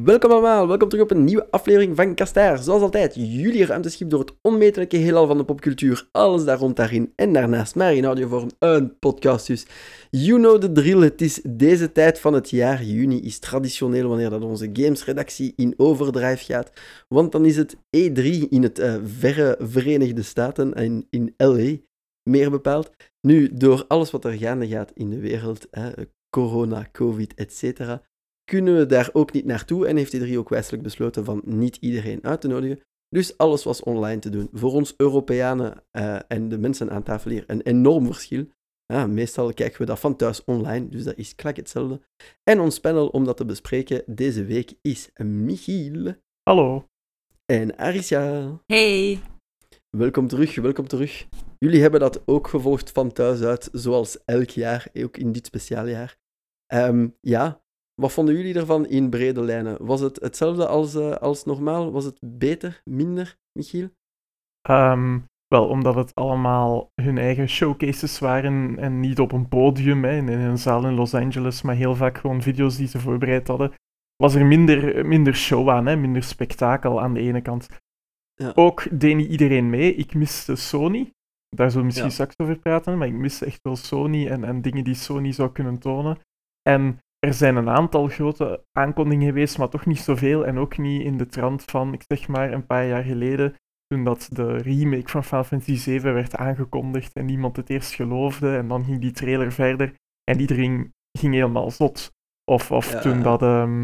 Welkom allemaal, welkom terug op een nieuwe aflevering van Kastaar. Zoals altijd, jullie ruimteschip door het onmetelijke heelal van de popcultuur. Alles daar rond, daarin en daarnaast, maar in audiovorm, een podcast dus. You know the drill, het is deze tijd van het jaar. Juni is traditioneel wanneer dat onze gamesredactie in overdrive gaat. Want dan is het E3 in het verre Verenigde Staten en in LA, meer bepaald. Nu, door alles wat er gaande gaat in de wereld, corona, covid, etc., kunnen we daar ook niet naartoe en heeft E3 ook wijselijk besloten van niet iedereen uit te nodigen. Dus alles was online te doen. Voor ons Europeanen en de mensen aan tafel hier een enorm verschil. Meestal kijken we dat van thuis online, dus dat is klak hetzelfde. En ons panel om dat te bespreken deze week is Michiel. Hallo. En Arisha. Hey. Welkom terug. Jullie hebben dat ook gevolgd van thuis uit, zoals elk jaar, ook in dit speciaaljaar. Wat vonden jullie ervan in brede lijnen? Was het hetzelfde als normaal? Was het beter, minder, Michiel? Wel, omdat het allemaal hun eigen showcases waren en niet op een podium, in een zaal in Los Angeles, maar heel vaak gewoon video's die ze voorbereid hadden, was er minder show aan, minder spektakel aan de ene kant. Ja. Ook deed niet iedereen mee. Ik miste Sony. Daar zullen we misschien straks over praten, maar ik miste echt wel Sony en dingen die Sony zou kunnen tonen. En er zijn een aantal grote aankondigingen geweest, maar toch niet zoveel. En ook niet in de trant van, ik zeg maar, een paar jaar geleden, toen dat de remake van Final Fantasy 7 werd aangekondigd en niemand het eerst geloofde. En dan ging die trailer verder en iedereen ging helemaal zot. Of toen dat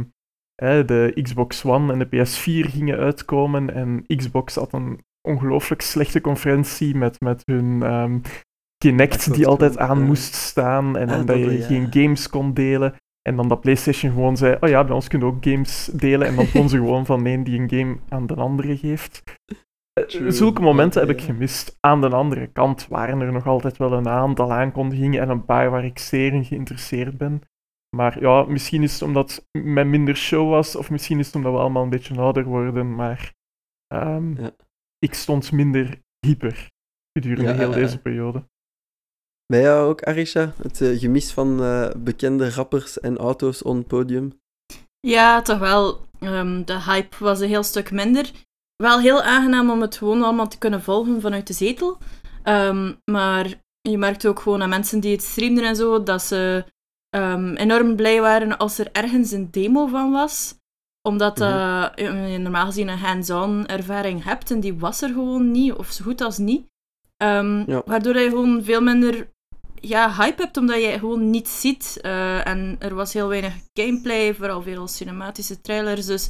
de Xbox One en de PS4 gingen uitkomen en Xbox had een ongelooflijk slechte conferentie met hun Kinect die altijd aan moest staan en dat je geen games kon delen. En dan dat PlayStation gewoon zei, oh ja, bij ons kunnen we ook games delen. En dan kon ze gewoon van de een die een game aan de andere geeft. Zulke momenten heb ik gemist. Aan de andere kant waren er nog altijd wel een aantal aankondigingen en een paar waar ik zeer in geïnteresseerd ben. Maar ja, misschien is het omdat het met minder show was, of misschien is het omdat we allemaal een beetje ouder worden, maar ik stond minder hyper gedurende heel deze periode. Bij jou ook, Arisha? Het gemis van bekende rappers en auto's on het podium? Ja, toch wel. De hype was een heel stuk minder. Wel heel aangenaam om het gewoon allemaal te kunnen volgen vanuit de zetel. Maar je merkt ook gewoon aan mensen die het streamden en zo, dat ze enorm blij waren als er ergens een demo van was. Omdat je normaal gezien een hands-on ervaring hebt en die was er gewoon niet, of zo goed als niet. Waardoor je gewoon veel minder hype hebt, omdat je gewoon niet ziet. En er was heel weinig gameplay, vooral veel cinematische trailers. Dus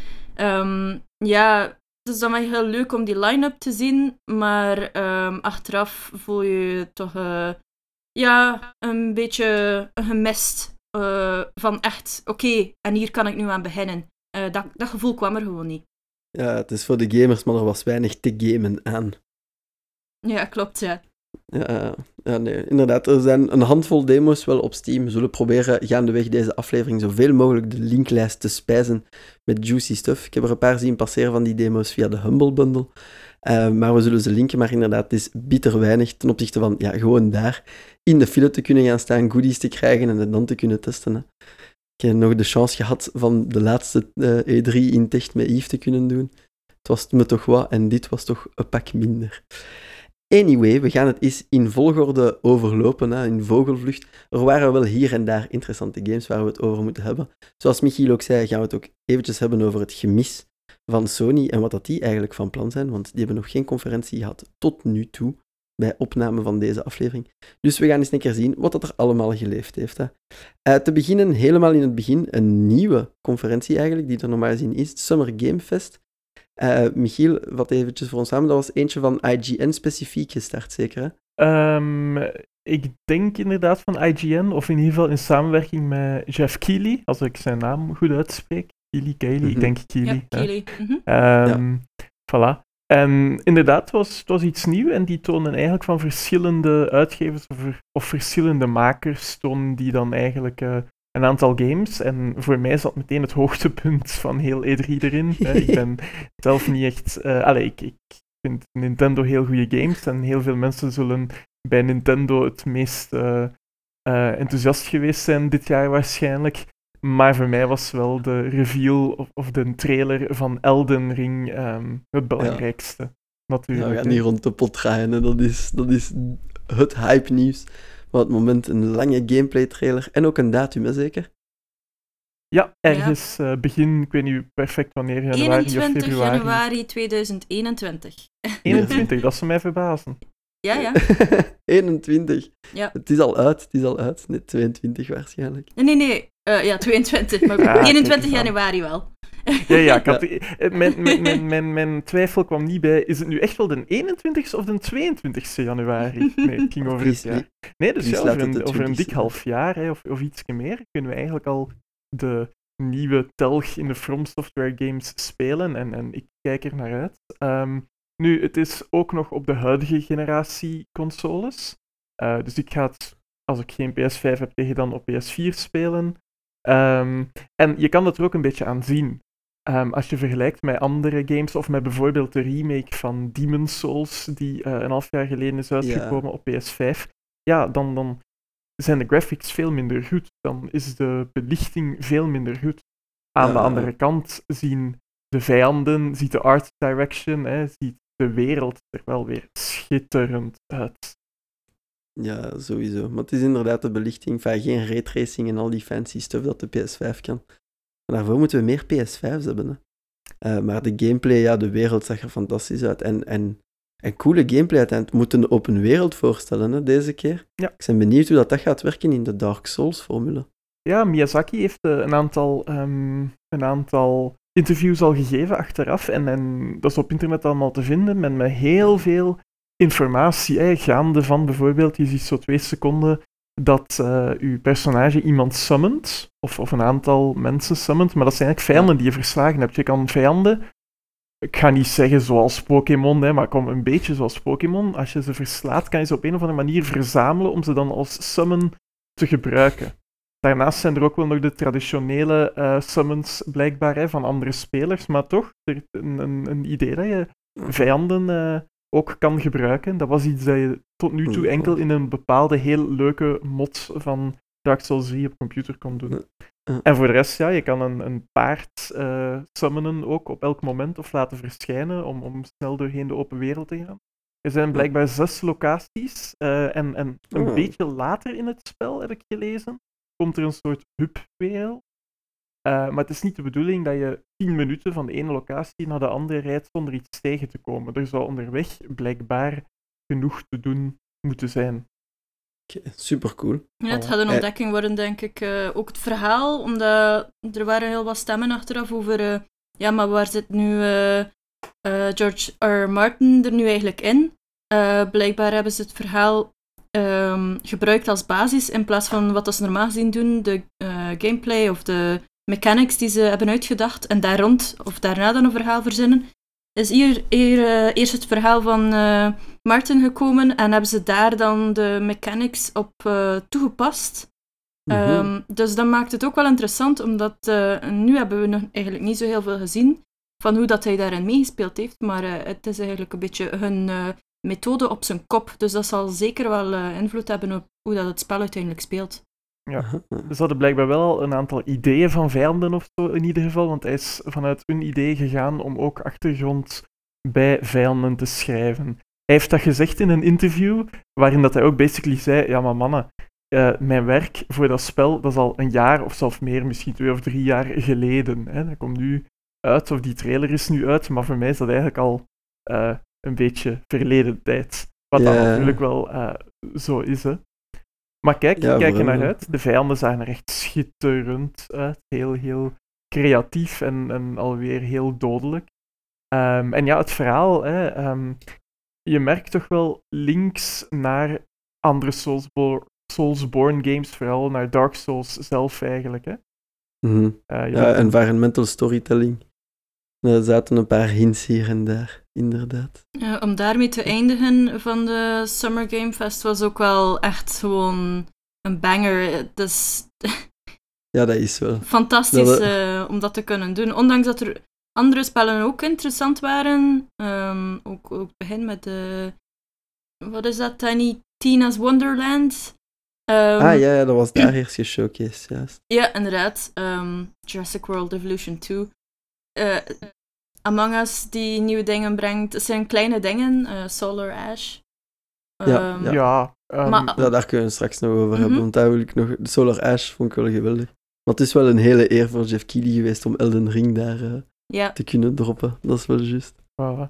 het is dan wel heel leuk om die line-up te zien, maar achteraf voel je toch een beetje gemist van echt, oké, en hier kan ik nu aan beginnen. Dat gevoel kwam er gewoon niet. Ja, het is voor de gamers, maar er was weinig te gamen aan. Ja, klopt, ja. Ja, nee, inderdaad. Er zijn een handvol demo's wel op Steam. We zullen proberen gaandeweg deze aflevering zoveel mogelijk de linklijst te spijzen met juicy stuff. Ik heb er een paar zien passeren van die demo's via de Humble Bundle. Maar we zullen ze linken, maar inderdaad, het is bitter weinig ten opzichte van gewoon daar in de file te kunnen gaan staan, goodies te krijgen en het dan te kunnen testen. Hè. Ik heb nog de chance gehad van de laatste E3 in Techt met Yves te kunnen doen. Het was me toch wat en dit was toch een pak minder. Anyway, we gaan het eens in volgorde overlopen, in vogelvlucht. Er waren wel hier en daar interessante games waar we het over moeten hebben. Zoals Michiel ook zei, gaan we het ook eventjes hebben over het gemis van Sony en wat dat die eigenlijk van plan zijn, want die hebben nog geen conferentie gehad tot nu toe bij opname van deze aflevering. Dus we gaan eens een keer zien wat dat er allemaal geleefd heeft. Hè. Te beginnen, helemaal in het begin, een nieuwe conferentie eigenlijk, die er normaal gezien is, Summer Game Fest. Michiel, wat eventjes voor ons samen, dat was eentje van IGN specifiek gestart, zeker hè? Ik denk inderdaad van IGN, of in ieder geval in samenwerking met Jeff Keighley, als ik zijn naam goed uitspreek. Keighley, ik denk Keighley. Ja, Keighley. Voilà. En inderdaad, het was iets nieuws en die tonen eigenlijk van verschillende uitgevers of verschillende makers, tonen die dan eigenlijk een aantal games. En voor mij zat meteen het hoogtepunt van heel E3 erin. Ik ben zelf niet echt... ik vind Nintendo heel goede games en heel veel mensen zullen bij Nintendo het meest enthousiast geweest zijn dit jaar waarschijnlijk. Maar voor mij was wel de reveal of de trailer van Elden Ring het belangrijkste. Ja, Natuurlijk. we gaan niet rond de pot draaien. Hè. Dat is het hype nieuws. Op het moment een lange gameplay trailer en ook een datum, hè, zeker? Ja, ergens begin, ik weet niet perfect wanneer, januari of 21 februari. januari 2021. 21, dat zou mij verbazen. Ja. 21. Ja. Het is al uit. Net 22 waarschijnlijk. Nee. Ja, 22, maar Ah, 21 kijk eens aan. januari wel. Ja, ik had, mijn twijfel kwam niet bij, is het nu echt wel de 21ste of de 22ste januari? Nee, het ging over het jaar. Nee, dus ja, over een dik half jaar, hè, of iets meer, kunnen we eigenlijk al de nieuwe telg in de From Software games spelen en ik kijk er naar uit. Nu, het is ook nog op de huidige generatie consoles. Dus ik ga het, als ik geen PS5 heb, tegen dan op PS4 spelen. En je kan dat er ook een beetje aan zien. Als je vergelijkt met andere games, of met bijvoorbeeld de remake van Demon's Souls, die een half jaar geleden is uitgekomen op PS5, ja, dan zijn de graphics veel minder goed. Dan is de belichting veel minder goed. Aan de andere kant zien de vijanden, ziet de art direction, ziet de wereld er wel weer schitterend uit. Ja, sowieso. Maar het is inderdaad de belichting van geen raytracing en al die fancy stuff dat de PS5 kan. Maar daarvoor moeten we meer PS5's hebben. Hè. Maar de gameplay, ja, de wereld zag er fantastisch uit. En coole gameplay uiteindelijk. Het moet een open wereld voorstellen, hè, deze keer. Ja. Ik ben benieuwd hoe dat gaat werken in de Dark Souls-formule. Ja, Miyazaki heeft een aantal interviews al gegeven achteraf. En dat is op internet allemaal te vinden, met heel veel informatie. Gaande van bijvoorbeeld, je ziet zo 2 seconden dat uw personage iemand summont, of een aantal mensen summont, maar dat zijn eigenlijk vijanden die je verslagen hebt. Je kan vijanden, ik ga niet zeggen zoals Pokémon, maar kom een beetje zoals Pokémon. Als je ze verslaat, kan je ze op een of andere manier verzamelen om ze dan als summon te gebruiken. Daarnaast zijn er ook wel nog de traditionele summons blijkbaar van andere spelers, maar toch, een idee dat je vijanden ook kan gebruiken. Dat was iets dat je tot nu toe enkel in een bepaalde heel leuke mod van Dark Souls 3 op computer kon doen. En voor de rest, ja, je kan een paard summonen ook op elk moment of laten verschijnen om snel doorheen de open wereld te gaan. Er zijn blijkbaar 6 locaties en een beetje later in het spel, heb ik gelezen, komt er een soort hubwereld. Maar het is niet de bedoeling dat je 10 minuten van de ene locatie naar de andere rijdt zonder iets tegen te komen. Er zou onderweg blijkbaar genoeg te doen moeten zijn. Okay, supercool. Ja, het gaat een ontdekking worden, denk ik. Ook het verhaal, omdat er waren heel wat stemmen achteraf over... ja, maar waar zit nu George R. Martin er nu eigenlijk in? Blijkbaar hebben ze het verhaal gebruikt als basis in plaats van wat ze normaal gezien doen, de gameplay of de mechanics die ze hebben uitgedacht en daar rond of daarna dan een verhaal verzinnen. Is hier eerst het verhaal van Martin gekomen en hebben ze daar dan de mechanics op toegepast. Dus dat maakt het ook wel interessant, omdat nu hebben we nog eigenlijk niet zo heel veel gezien van hoe dat hij daarin meegespeeld heeft, maar het is eigenlijk een beetje hun methode op zijn kop. Dus dat zal zeker wel invloed hebben op hoe dat het spel uiteindelijk speelt. Ja, ze hadden blijkbaar wel al een aantal ideeën van vijanden of zo in ieder geval, want hij is vanuit hun idee gegaan om ook achtergrond bij vijanden te schrijven. Hij heeft dat gezegd in een interview, waarin dat hij ook basically zei, ja maar mannen, mijn werk voor dat spel, dat is al een jaar of zelfs meer, misschien 2 of 3 jaar geleden. Hè. Dat komt nu uit, of die trailer is nu uit, maar voor mij is dat eigenlijk al een beetje verleden tijd. Wat dan natuurlijk wel zo is, hè. Maar kijk, kijk er naar uit. De vijanden zagen er echt schitterend uit. Heel, heel creatief en alweer heel dodelijk. En ja, het verhaal, je merkt toch wel links naar andere Soulsborne games, vooral naar Dark Souls zelf eigenlijk. Hè? Environmental storytelling. Er zaten een paar hints hier en daar, inderdaad. Om daarmee te eindigen van de Summer Game Fest was ook wel echt gewoon een banger. Dus ja, dat is wel. Fantastisch om dat te kunnen doen. Ondanks dat er andere spellen ook interessant waren. Ook het begin met de... Wat is dat? Tiny Tina's Wonderland. Ja, dat was daar eerst geshowcased, juist. Ja, inderdaad. Jurassic World Evolution 2. Among Us die nieuwe dingen brengt. Het zijn kleine dingen. Solar Ash. Ja. Maar, Daar kunnen we het straks nog over hebben, want daar wil ik nog... De Solar Ash vond ik wel geweldig. Maar het is wel een hele eer voor Jeff Keighley geweest om Elden Ring daar te kunnen droppen. Dat is wel juist. Voilà.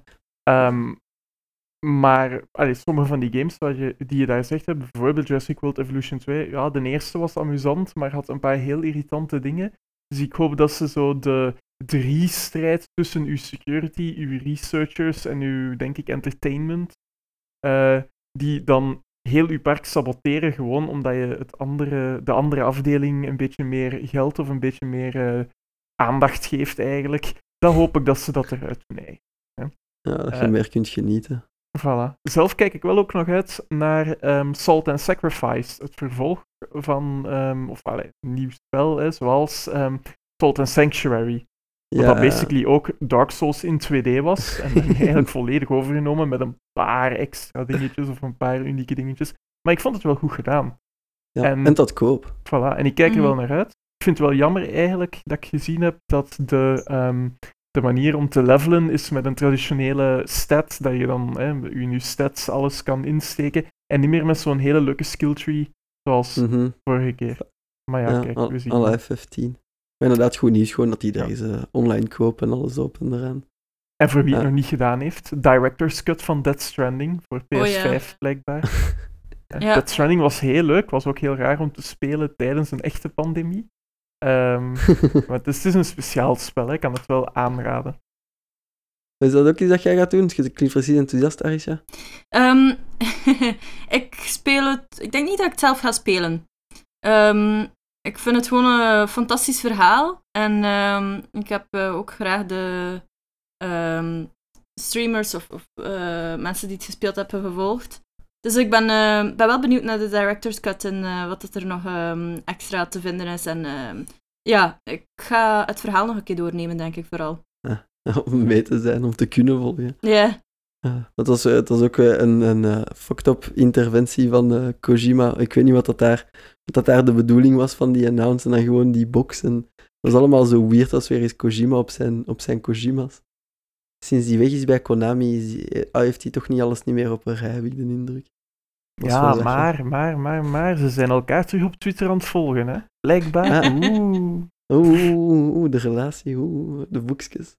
Maar sommige van die games die je daar zegt, bijvoorbeeld Jurassic World Evolution 2, ja, de eerste was amusant, maar had een paar heel irritante dingen. Dus ik hoop dat ze zo de strijd tussen uw security, uw researchers en uw, denk ik, entertainment, die dan heel uw park saboteren, gewoon omdat je de andere afdeling een beetje meer geld of een beetje meer aandacht geeft, eigenlijk. Dan hoop ik dat ze dat eruit doen. Ja, dat je meer kunt genieten. Voilà. Zelf kijk ik wel ook nog uit naar Salt and Sacrifice, het vervolg van, een nieuw spel, zoals Salt and Sanctuary. Wat dat basically ook Dark Souls in 2D was. En dan eigenlijk volledig overgenomen met een paar extra dingetjes of een paar unieke dingetjes. Maar ik vond het wel goed gedaan. Ja, en dat koop. Voilà, en ik kijk er wel naar uit. Ik vind het wel jammer eigenlijk dat ik gezien heb dat de manier om te levelen is met een traditionele stat, dat je dan in je stats alles kan insteken. En niet meer met zo'n hele leuke skilltree zoals vorige keer. Maar ja, kijk, we zien al F15. Maar inderdaad goed nieuws, gewoon dat die deze online kopen en alles op en eraan. En voor wie het nog niet gedaan heeft, Director's Cut van Death Stranding voor PS5 blijkbaar. Death Stranding was heel leuk, was ook heel raar om te spelen tijdens een echte pandemie. Maar het is een speciaal spel, ik kan het wel aanraden. Is dat ook iets dat jij gaat doen? Je klinkt precies enthousiast, Arisha. Ik speel het... Ik denk niet dat ik het zelf ga spelen. Ik vind het gewoon een fantastisch verhaal. En ik heb ook graag de streamers of mensen die het gespeeld hebben gevolgd. Dus ik ben wel benieuwd naar de Director's Cut en wat er nog extra te vinden is. En ik ga het verhaal nog een keer doornemen, denk ik vooral. Om mee te zijn, om te kunnen volgen. Ja. Dat was ook een fucked-up interventie van Kojima. Ik weet niet wat dat daar de bedoeling was van die announce en dan gewoon die box. En dat was allemaal zo weird als weer eens Kojima op zijn Kojima's. Sinds die weg is bij Konami heeft hij toch niet alles niet meer op een rij, heb ik de indruk. Ja, maar ze zijn elkaar terug op Twitter aan het volgen, hè? Blijkbaar. De relatie, de boekjes.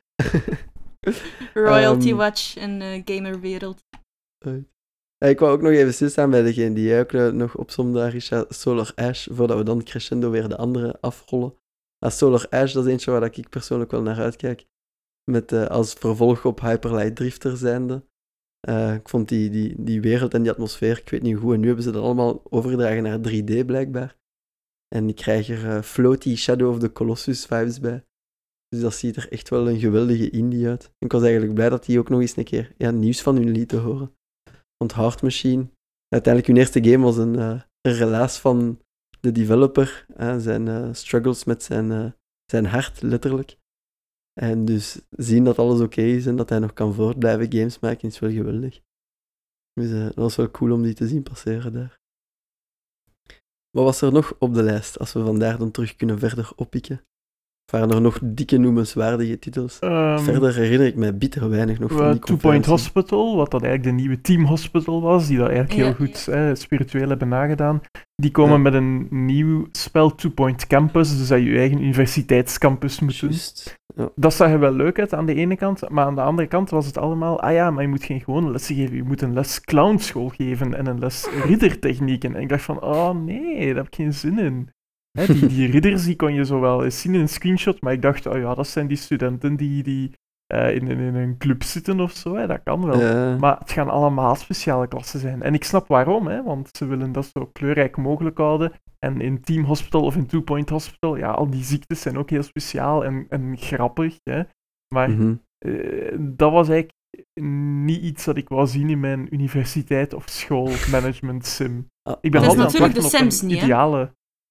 Royalty Watch in de gamerwereld. Ik wou ook nog even stilstaan bij degene die jij ook nog opzomde, Arisha, Solar Ash, voordat we dan crescendo weer de andere afrollen. Solar Ash, dat is eentje waar ik persoonlijk wel naar uitkijk. Met als vervolg op Hyper Light Drifter zijnde. Ik vond die wereld en die atmosfeer, ik weet niet hoe, en nu hebben ze dat allemaal overgedragen naar 3D blijkbaar. En ik krijg er floaty Shadow of the Colossus vibes bij. Dus dat ziet er echt wel een geweldige indie uit. En ik was eigenlijk blij dat die ook nog eens een keer nieuws van hun lieten horen. Want Heart Machine, uiteindelijk hun eerste game was een relaas van de developer, zijn struggles met zijn hart, letterlijk. En dus zien dat alles oké is en dat hij nog kan voortblijven games maken, is wel geweldig. Dus dat was wel cool om die te zien passeren daar. Wat was er nog op de lijst, als we vandaar dan terug kunnen verder oppikken? Waren er nog dikke noemenswaardige titels? Verder herinner ik mij bitter weinig nog van die conferentie. 2 Point Hospital, wat dat eigenlijk de nieuwe Team Hospital was, die dat eigenlijk heel goed spiritueel hebben nagedaan. Die komen met een nieuw spel, 2 Point Campus, dus dat je je eigen universiteitscampus moet doen. Ja. Dat zag er wel leuk uit aan de ene kant, maar aan de andere kant was het allemaal, maar je moet geen gewone lessen geven, je moet een les clownschool geven en een les riddertechnieken. En ik dacht van, nee, daar heb ik geen zin in. Die ridders die kon je zo wel eens zien in een screenshot, maar ik dacht, dat zijn die studenten die in een club zitten of zo, dat kan wel. Maar het gaan allemaal speciale klassen zijn. En ik snap waarom, want ze willen dat zo kleurrijk mogelijk houden. En in Team Hospital of in 2 Point Hospital, al die ziektes zijn ook heel speciaal en grappig. Maar dat was eigenlijk niet iets dat ik wou zien in mijn universiteit of schoolmanagement sim. Ik ben altijd aan het wachten op een ideale...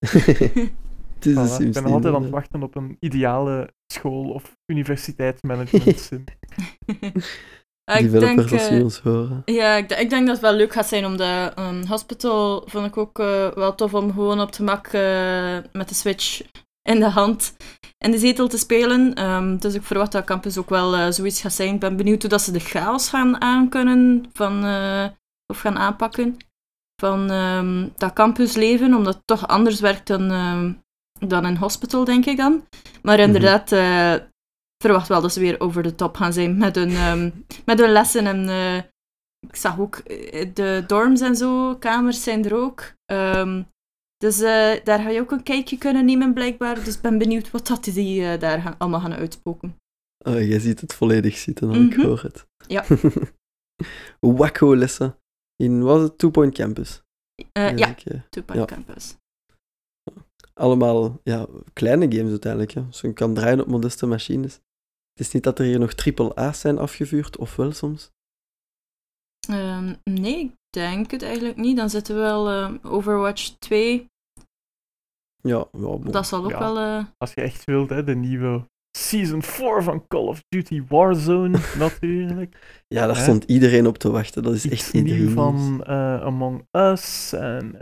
Ik ben altijd aan het wachten op een ideale school- of universiteitsmanagement sim. developers als die ons horen. Ja, ik denk dat het wel leuk gaat zijn om de Hospital vond ik ook wel tof om gewoon op het gemak met de Switch in de hand in de zetel te spelen. Dus ik verwacht dat Campus ook wel zoiets gaat zijn. Ik ben benieuwd hoe dat ze de chaos gaan aankunnen of gaan aanpakken van dat campusleven, omdat het toch anders werkt dan in Hospital, denk ik dan. Maar inderdaad, verwacht wel dat ze weer over de top gaan zijn met hun lessen. En ik zag ook de dorms en zo, kamers zijn er ook. Dus daar ga je ook een kijkje kunnen nemen, blijkbaar. Dus ik ben benieuwd wat dat die daar allemaal gaan uitspoken. Jij ziet het volledig zitten, ik hoor het. Ja. Wacko lessen. Was het 2 Point Campus? Ja, 2 Point Campus. Allemaal kleine games uiteindelijk. Ja. Dus je kan draaien op modeste machines. Het is niet dat er hier nog AAA's zijn afgevuurd, of wel soms? Nee, ik denk het eigenlijk niet. Dan zitten we wel Overwatch 2. Ja, bon. Dat zal ook wel... Als je echt wilt, hè, de nieuwe Season 4 van Call of Duty Warzone, natuurlijk. Ja, daar stond iedereen op te wachten. Dat is echt iedereen. Van Among Us en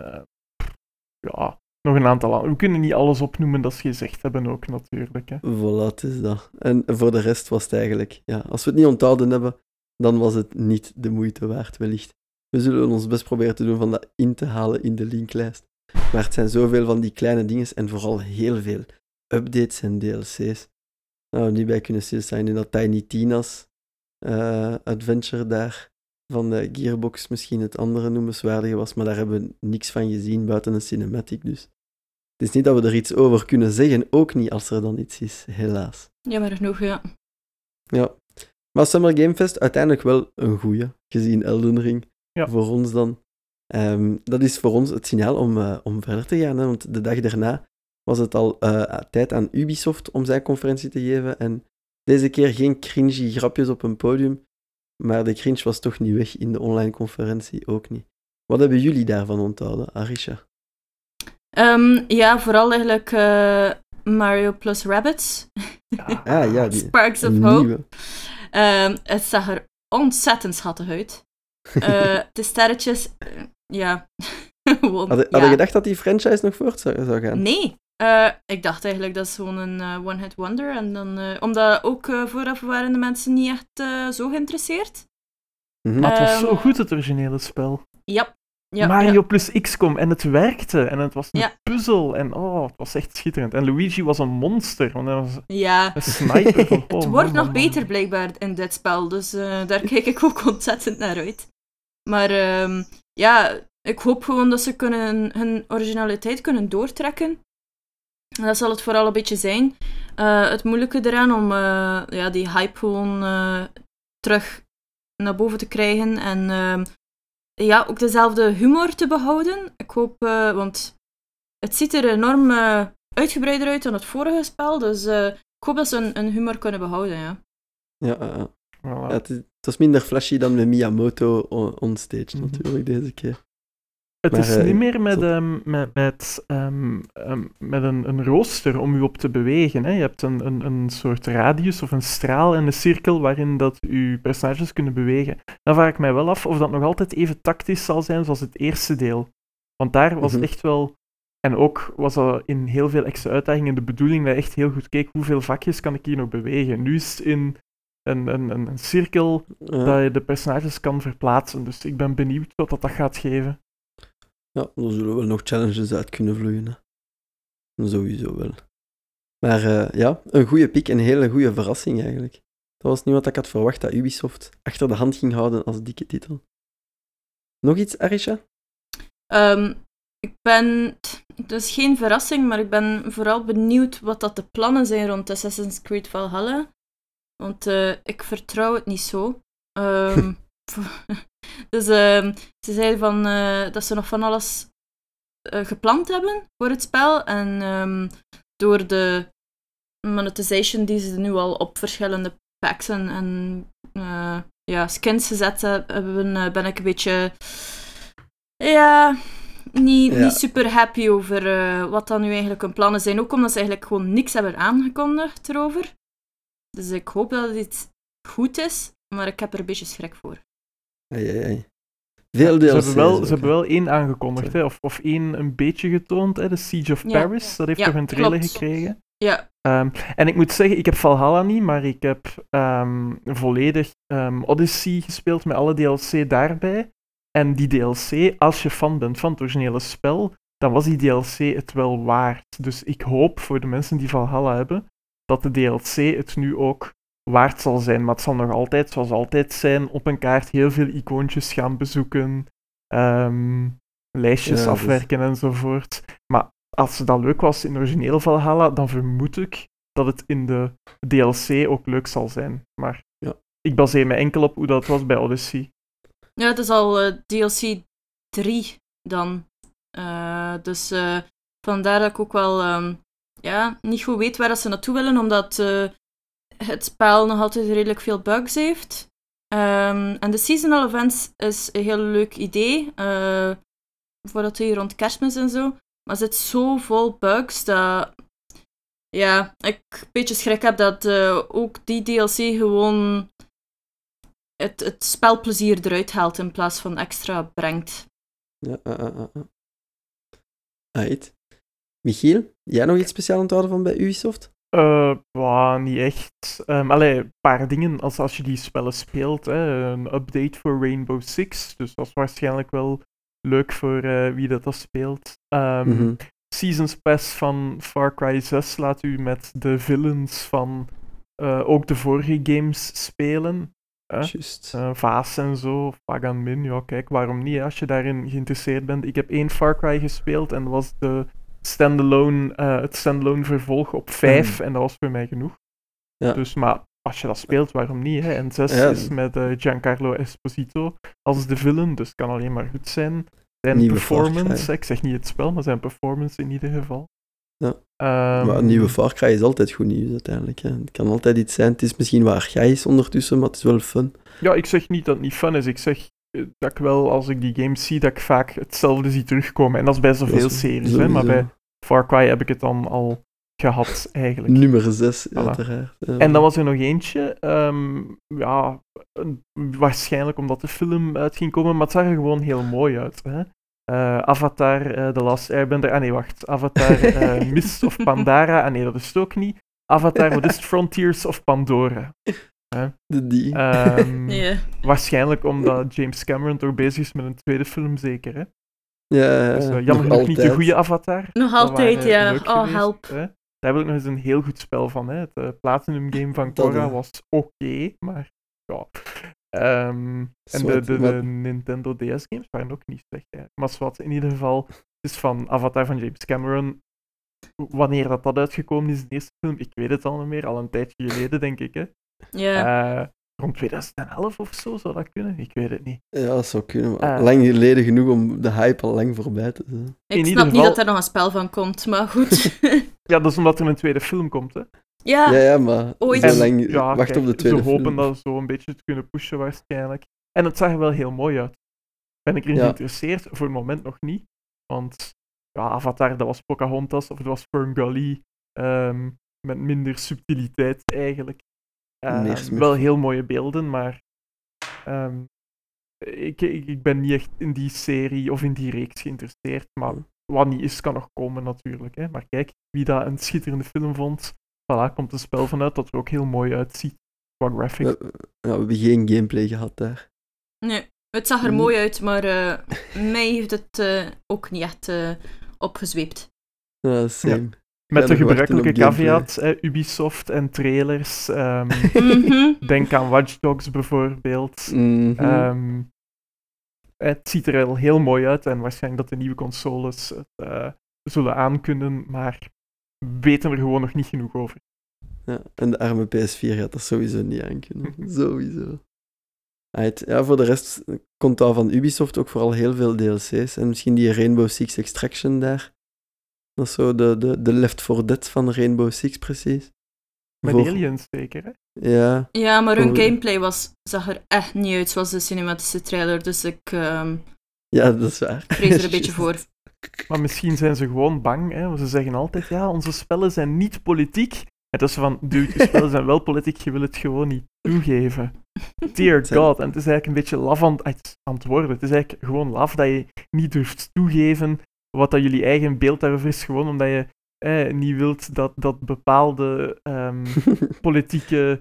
nog een aantal. We kunnen niet alles opnoemen dat ze gezegd hebben ook, natuurlijk. Hè. Voilà, het is dat. En voor de rest was het eigenlijk... Ja, als we het niet onthouden hebben, dan was het niet de moeite waard, wellicht. We zullen ons best proberen te doen van dat in te halen in de linklijst. Maar het zijn zoveel van die kleine dingen en vooral heel veel updates en DLC's. Nou, we niet bij kunnen stilstaan in dat Tiny Tina's adventure daar van de Gearbox misschien het andere noemenswaardige was, maar daar hebben we niks van gezien buiten een cinematic, dus. Het is niet dat we er iets over kunnen zeggen, ook niet als er dan iets is, helaas. Jammer genoeg, ja. Ja. Maar Summer Game Fest uiteindelijk wel een goeie, gezien Elden Ring. Ja. Voor ons dan. Dat is voor ons het signaal om verder te gaan, hè, want de dag daarna was het al tijd aan Ubisoft om zijn conferentie te geven. En deze keer geen cringy grapjes op een podium, maar de cringe was toch niet weg in de online conferentie, ook niet. Wat hebben jullie daarvan onthouden, Arisha? Ja, vooral eigenlijk Mario plus Rabbids. Die Sparks of Hope. Het zag er ontzettend schattig uit. De sterretjes, Had je gedacht dat die franchise nog voort zou gaan? Nee. Ik dacht eigenlijk dat is gewoon een one-hit wonder. En dan, omdat ook vooraf waren de mensen niet echt zo geïnteresseerd. Maar het was zo goed, het originele spel. Ja. Mario plus XCOM. En het werkte. En het was een puzzel. En het was echt schitterend. En Luigi was een monster. Want hij was een sniper. Van, het wordt nog beter blijkbaar in dit spel. Dus daar kijk ik ook ontzettend naar uit. Maar ik hoop gewoon dat ze hun originaliteit kunnen doortrekken. En dat zal het vooral een beetje zijn. Het moeilijke eraan om die hype gewoon terug naar boven te krijgen. En ook dezelfde humor te behouden. Ik hoop, want het ziet er enorm uitgebreider uit dan het vorige spel. Dus ik hoop dat ze een humor kunnen behouden, ja. Ja, het was minder flashy dan met Miyamoto onstage natuurlijk deze keer. Het is niet meer met een rooster om je op te bewegen. Hè. Je hebt een soort radius of een straal en een cirkel waarin dat je personages kunnen bewegen. Dan vraag ik mij wel af of dat nog altijd even tactisch zal zijn zoals het eerste deel. Want daar was het echt wel... En ook was dat in heel veel extra uitdagingen de bedoeling dat je echt heel goed keek hoeveel vakjes kan ik hier nog bewegen. Nu is het in een cirkel dat je de personages kan verplaatsen. Dus ik ben benieuwd wat dat gaat geven. Ja, er zullen wel nog challenges uit kunnen vloeien. Hè. Sowieso wel. Maar een goede pick en een hele goede verrassing eigenlijk. Dat was niet wat ik had verwacht dat Ubisoft achter de hand ging houden als dikke titel. Nog iets, Arisha? Het is geen verrassing, maar ik ben vooral benieuwd wat dat de plannen zijn rond Assassin's Creed Valhalla. Want ik vertrouw het niet zo. Dus ze zeiden dat ze nog van alles gepland hebben voor het spel. En door de monetization die ze nu al op verschillende packs en skins gezet hebben, ben ik een beetje niet super happy over wat dan nu eigenlijk hun plannen zijn. Ook omdat ze eigenlijk gewoon niks hebben aangekondigd erover. Dus ik hoop dat het iets goed is. maar ik heb er een beetje schrik voor. Ai. Veel DLC's. Ze hebben wel 1 aangekondigd, hè, of 1 een beetje getoond, hè, de Siege of Ja. Paris. Dat heeft Ja, toch een trailer klopt. gekregen. Ja, En ik moet zeggen, ik heb Valhalla niet, maar ik heb volledig Odyssey gespeeld met alle DLC daarbij. En die DLC, als je fan bent van het originele spel, dan was die DLC het wel waard. Dus ik hoop voor de mensen die Valhalla hebben, dat de DLC het nu ook waard zal zijn. Maar het zal nog altijd, zoals altijd zijn, op een kaart heel veel icoontjes gaan bezoeken, lijstjes Ja, afwerken enzovoort. Maar als dat leuk was in origineel Valhalla, dan vermoed ik dat het in de DLC ook leuk zal zijn. Maar Ja. ik baseer me enkel op hoe dat was bij Odyssey. ja, het is al DLC 3 dan. Dus vandaar dat ik ook wel niet goed weet waar dat ze naartoe willen, omdat het spel nog altijd redelijk veel bugs heeft. En de seasonal events is een heel leuk idee, voordat hij rond Kerstmis en zo. Maar er zit zo vol bugs dat ik een beetje schrik heb dat ook die DLC gewoon het spelplezier eruit haalt in plaats van extra brengt. Ja. Right. Michiel, jij nog iets speciaals onthouden van bij Ubisoft? Niet echt. Een paar dingen. Als je die spellen speelt, een update voor Rainbow Six. Dus dat is waarschijnlijk wel leuk voor wie dat speelt. Seasons Pass van Far Cry 6 laat u met de villains van ook de vorige games spelen. Juist. Vaas en zo, Pagan Min, ja kijk, waarom niet, hè, als je daarin geïnteresseerd bent. Ik heb 1 Far Cry gespeeld en dat was het standalone vervolg op 5 en dat was voor mij genoeg. Ja. Dus, maar als je dat speelt, waarom niet, hè? En 6 is met Giancarlo Esposito als de villain, dus het kan alleen maar goed zijn. Zijn Nieuwe performance, ik zeg niet het spel, maar zijn performance in ieder geval. Ja. Maar een nieuwe Far Cry is altijd goed nieuws uiteindelijk. Hè. Het kan altijd iets zijn. Het is misschien wat archaïs ondertussen, maar het is wel fun. Ja, ik zeg niet dat het niet fun is. Ik zeg dat ik wel, als ik die games zie, dat ik vaak hetzelfde zie terugkomen. En dat is bij zoveel series, hè. Maar bij Far Cry heb ik het dan al gehad, eigenlijk. Nummer 6, voilà. uiteraard. Ja. En dan was er nog eentje. Waarschijnlijk omdat de film uit ging komen, maar het zag er gewoon heel mooi uit, hè. Avatar, The Last Airbender... Ah nee, wacht. Avatar, Mist of Pandora... Ah nee, dat is het ook niet. Avatar, wat is het? Frontiers of Pandora. Die. Waarschijnlijk omdat James Cameron toch bezig is met een tweede film, zeker, hè? Ja, dus, jammer genoeg niet de goede Avatar. Nog altijd, ja. Leuk Oh, geweest, help. Hè? Daar heb ik nog eens een heel goed spel van, hè. Het Platinum game van Korra was oké, maar ja... en de Nintendo DS games waren ook niet slecht. Hè. Maar wat in ieder geval, het is van Avatar van James Cameron. Wanneer dat uitgekomen is, de eerste film, ik weet het al niet meer, al een tijdje geleden, denk ik. Hè. Ja. Rond 2011 of zo zou dat kunnen, ik weet het niet. Ja, dat zou kunnen, maar lang geleden genoeg om de hype al lang voorbij te zijn. Ik snap niet dat er nog een spel van komt, maar goed. Ja, dat is omdat er een tweede film komt, hè. Ja, maar ooit. zo lang wacht op de tweede film. Ze hopen film. dat zo een beetje te kunnen pushen waarschijnlijk. En het zag er wel heel mooi uit. Ben ik erin geïnteresseerd? Voor het moment nog niet. Want Avatar, dat was Pocahontas, of het was Ferngully, met minder subtiliteit eigenlijk. Wel heel mooie beelden, maar ik ben niet echt in die serie of in die reeks geïnteresseerd. Maar wat niet is, kan nog komen natuurlijk. Hè. Maar kijk, wie dat een schitterende film vond, voilà, komt een spel vanuit dat er ook heel mooi uitziet qua graphics. We hebben geen gameplay gehad daar. Nee, het zag er mooi uit, maar mij heeft het ook niet echt opgezweept. Ja, same. Met de gebruikelijke caveat, Ubisoft en trailers. Denk aan Watch Dogs bijvoorbeeld. Het ziet er al heel mooi uit en waarschijnlijk dat de nieuwe consoles het zullen aankunnen, maar weten er gewoon nog niet genoeg over. Ja, en de arme PS4 gaat dat sowieso niet aankunnen. Sowieso. Ja, voor de rest komt daar van Ubisoft ook vooral heel veel DLC's. En misschien die Rainbow Six Extraction daar. Dat is zo de Left 4 Dead van Rainbow Six, precies. Met aliens zeker, hè? Ja. Ja, maar hun gameplay zag er echt niet uit zoals de cinematische trailer, dus ik ja, dat is waar. vrees er een beetje voor. Maar misschien zijn ze gewoon bang, hè? Want ze zeggen altijd, ja, onze spellen zijn niet politiek, Het is van, dude, je spellen zijn wel politiek, je wil het gewoon niet toegeven. Dear God. En het is eigenlijk een beetje laf aan het worden. Het is eigenlijk gewoon laf dat je niet durft toegeven wat dat jullie eigen beeld daarover is, gewoon omdat je niet wilt dat bepaalde politieke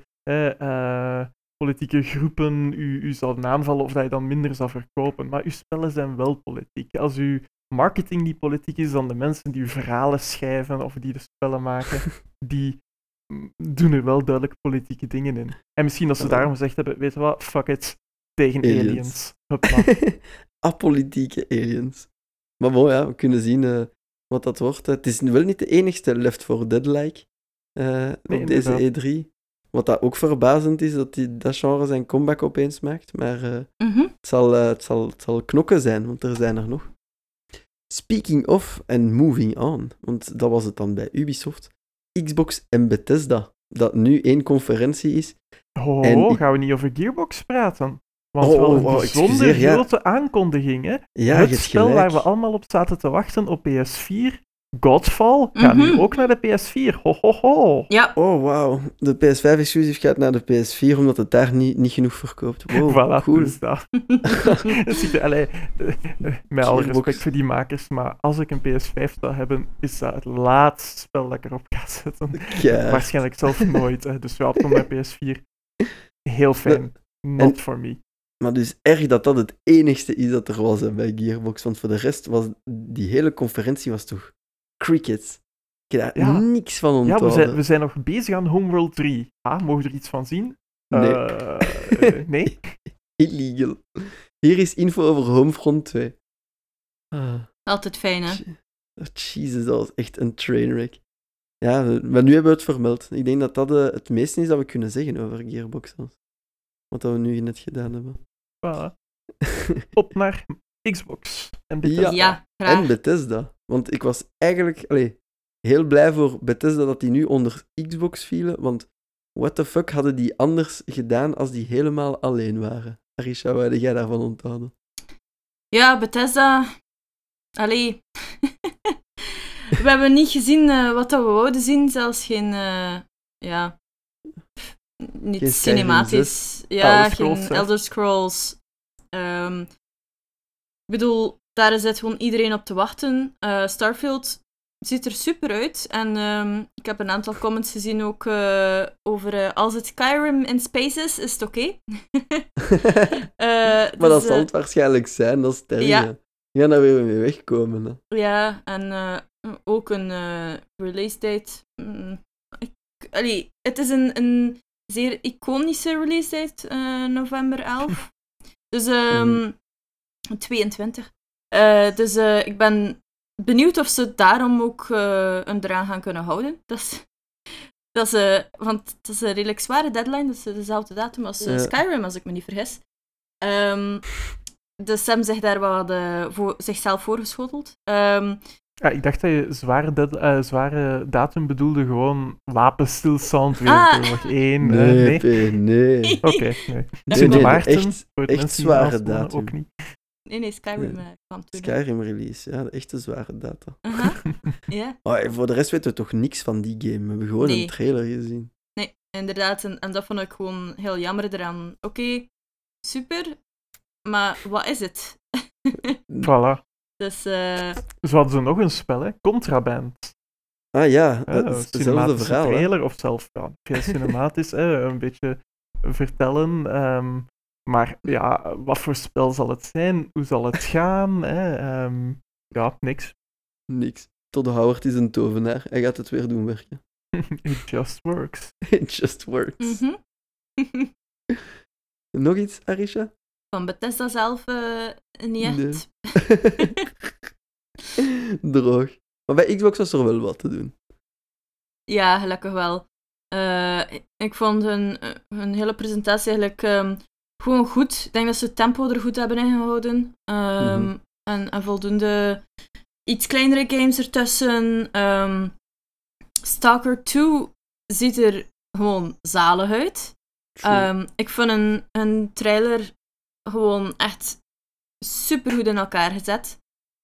groepen u zouden aanvallen of dat je dan minder zou verkopen. Maar uw spellen zijn wel politiek. Als uw marketing niet politiek is, dan de mensen die uw verhalen schrijven of die de spellen maken, die doen er wel duidelijk politieke dingen in. En misschien dat ze daarom gezegd hebben, weet je wat, fuck it, tegen aliens. Hopla. Apolitieke aliens. Maar bon, ja, we kunnen zien wat dat wordt. Het is wel niet de enigste Left 4 Dead-like op deze E3. Wat dat ook verbazend is, dat genre zijn comeback opeens maakt. Maar het zal knokken zijn, want er zijn er nog. Speaking of and moving on, want dat was het dan bij Ubisoft. Xbox en Bethesda, dat nu één conferentie is. Gaan we niet over Gearbox praten? Want wel een bijzonder grote aankondiging, hè? Ja, het spel waar we allemaal op zaten te wachten op PS4, Godfall, gaat nu ook naar de PS4. Ho, ho, ho. Ja. Oh, wauw. De PS5-exclusief gaat naar de PS4, omdat het daar niet genoeg verkoopt. Wow, voilà, cool. Dus dat. Met alle respect voor die makers, maar als ik een PS5 zou hebben, is dat het laatste spel dat ik erop ga zetten. Ja. Waarschijnlijk zelf nooit, hè. Dus ja, het komt bij PS4. Heel fijn. Not for me. Maar dus erg dat het enigste is dat er was bij Gearbox, want voor de rest was die hele conferentie was toch crickets. Ik heb daar niks van onthouden. Ja, we zijn nog bezig aan Homeworld 3. Mogen we er iets van zien? Nee. Nee? Illegal. Hier is info over Homefront 2. Altijd fijn, hè? Jezus, dat was echt een trainwreck. Ja, maar nu hebben we het vermeld. Ik denk dat dat het meeste is dat we kunnen zeggen over Gearbox. Wat we nu net gedaan hebben. Voilà. Op naar Xbox en Bethesda. Ja, graag. En Bethesda. Want ik was eigenlijk heel blij voor Bethesda dat die nu onder Xbox vielen. Want what the fuck hadden die anders gedaan als die helemaal alleen waren? Arisha, wat heb jij daarvan onthouden? Ja, Bethesda... Allee... We hebben niet gezien wat we wouden zien. Zelfs geen... niet geen cinematisch. Ja, geen Elder Scrolls. Ik bedoel, daar zit gewoon iedereen op te wachten. Starfield ziet er super uit. En ik heb een aantal comments gezien ook over als het Skyrim in space is het oké. Maar dat zal het waarschijnlijk zijn, dat is terug. Ja. Die gaan daar weer mee wegkomen. Hè. Ja, en ook een release date. Het is een zeer iconische release date, november 11. Dus 22. Dus ik ben benieuwd of ze daarom ook eraan gaan kunnen houden. Want het is een redelijk zware deadline. Dat is dezelfde datum als Skyrim, als ik me niet vergis. Dus ze hebben zich daar wat zichzelf voorgeschoteld. Ik dacht dat je zware datum bedoelde gewoon wapenstilstand, Wereldoorlog 1. Nee. Oké, nee. Nee, Maarten, echt zware datum. Ook niet. Nee, Skyrim kwam toen. Skyrim release, ja, de echte zware data. Ja. Voor de rest weten we toch niks van die game. We hebben gewoon een trailer gezien. Nee, inderdaad. En dat vond ik gewoon heel jammer eraan. Oké, super. Maar wat is het? Voilà. Dus, Zo hadden ze nog een spel, hè? Contraband. Ah ja, dat is hetzelfde verhaal. Trailer, of zelf veel cinematisch, een beetje vertellen. Maar ja, wat voor spel zal het zijn? Hoe zal het gaan? Niks. Niks. Todd Howard is een tovenaar. Hij gaat het weer doen werken. It just works. It just works. Nog iets, Arisha? Van Bethesda zelf niet echt. Nee. Droog. Maar bij Xbox was er wel wat te doen. Ja, gelukkig wel. Ik vond hun hele presentatie eigenlijk gewoon goed. Ik denk dat ze het tempo er goed hebben ingehouden. En voldoende iets kleinere games ertussen. Stalker 2 ziet er gewoon zalig uit. Ik vond een trailer gewoon echt supergoed in elkaar gezet.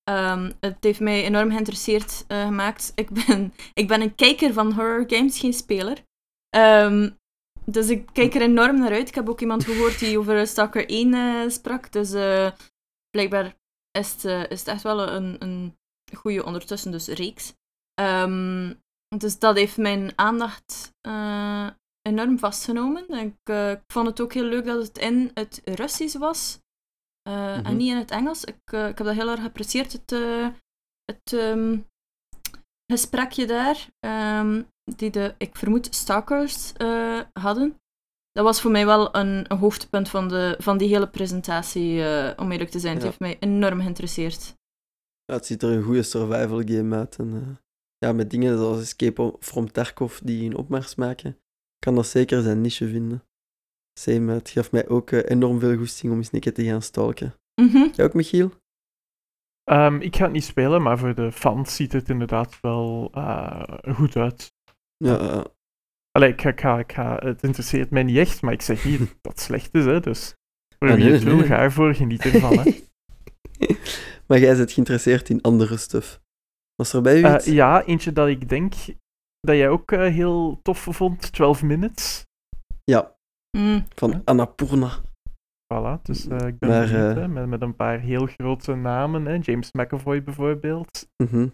Het heeft mij enorm geïnteresseerd gemaakt. Ik ben een kijker van horror games, geen speler. Dus ik kijk er enorm naar uit. Ik heb ook iemand gehoord die over Stalker 1 sprak. Dus blijkbaar is het echt wel een goede ondertussen dus reeks. Dus dat heeft mijn aandacht enorm vastgenomen. Ik vond het ook heel leuk dat het in het Russisch was. En niet in het Engels. Ik heb dat heel erg geapprecieerd, het gesprekje daar, die ik vermoed stalkers hadden. Dat was voor mij wel een hoogtepunt van die hele presentatie, om eerlijk te zijn. Het heeft mij enorm geïnteresseerd. Ja, het ziet er een goede survival game uit. En, met dingen zoals Escape from Tarkov die een opmars maken, kan dat zeker zijn niche vinden. Same, het gaf mij ook enorm veel goesting om eens een keer te gaan stalken. Jij ook, Michiel? Ik ga het niet spelen, maar voor de fans ziet het inderdaad wel goed uit. Ja. Allee, het interesseert mij niet echt, maar ik zeg niet dat het slecht is, hè, dus voor wie het wil, ga ervoor, geniet ervan. Hè. Maar jij bent geïnteresseerd in andere stuff. Was er bij u iets? Ja, eentje dat ik denk dat jij ook heel tof vond, 12 Minutes. Ja, van Annapurna. Voilà, dus ik ben benieuwd, met een paar heel grote namen, hè. James McAvoy bijvoorbeeld.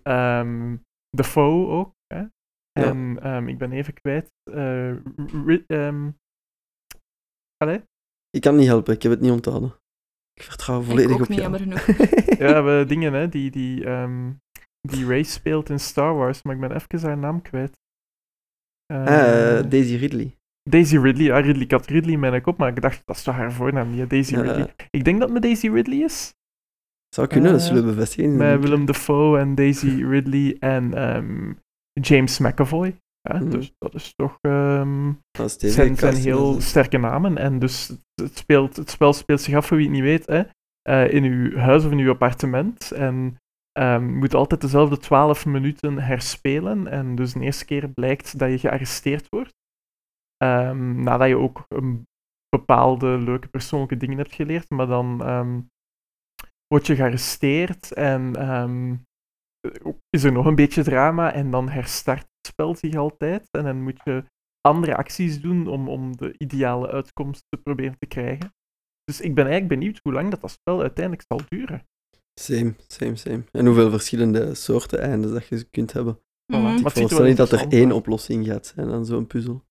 Defoe ook. Hè. En ik ben even kwijt. Allee? Ik kan niet helpen, ik heb het niet onthouden. Ik vertrouw volledig op jou. Jammer genoeg. Ja, we dingen, hè, die Rey speelt in Star Wars, maar ik ben even haar naam kwijt. Daisy Ridley. Daisy Ridley, ja, Ridley. Ik had Ridley in mijn kop, maar ik dacht, dat is toch haar voornaam niet, Daisy Ridley. Ik denk dat het met Daisy Ridley is. Zou kunnen, dat zullen we bevestigen. Met Willem Dafoe en Daisy Ridley en James McAvoy. Ja, dus dat is toch... zijn heel sterke namen. En dus het spel speelt zich af, voor wie het niet weet, hè, in uw huis of in uw appartement. En je moet altijd dezelfde 12 minuten herspelen. En dus de eerste keer blijkt dat je gearresteerd wordt. Nadat je ook een bepaalde leuke persoonlijke dingen hebt geleerd. Maar dan word je gearresteerd en is er nog een beetje drama. En dan herstart het spel zich altijd. En dan moet je andere acties doen om de ideale uitkomst te proberen te krijgen. Dus ik ben eigenlijk benieuwd hoe lang dat spel uiteindelijk zal duren. Same. En hoeveel verschillende soorten eindes dat je kunt hebben. Voilà. Ik voorstel niet dat er één oplossing gaat zijn aan zo'n puzzel.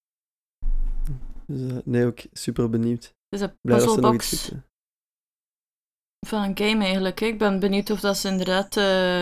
Dus nee, ook super benieuwd. Het is een puzzelbox van een game eigenlijk. Hè. Ik ben benieuwd of dat ze inderdaad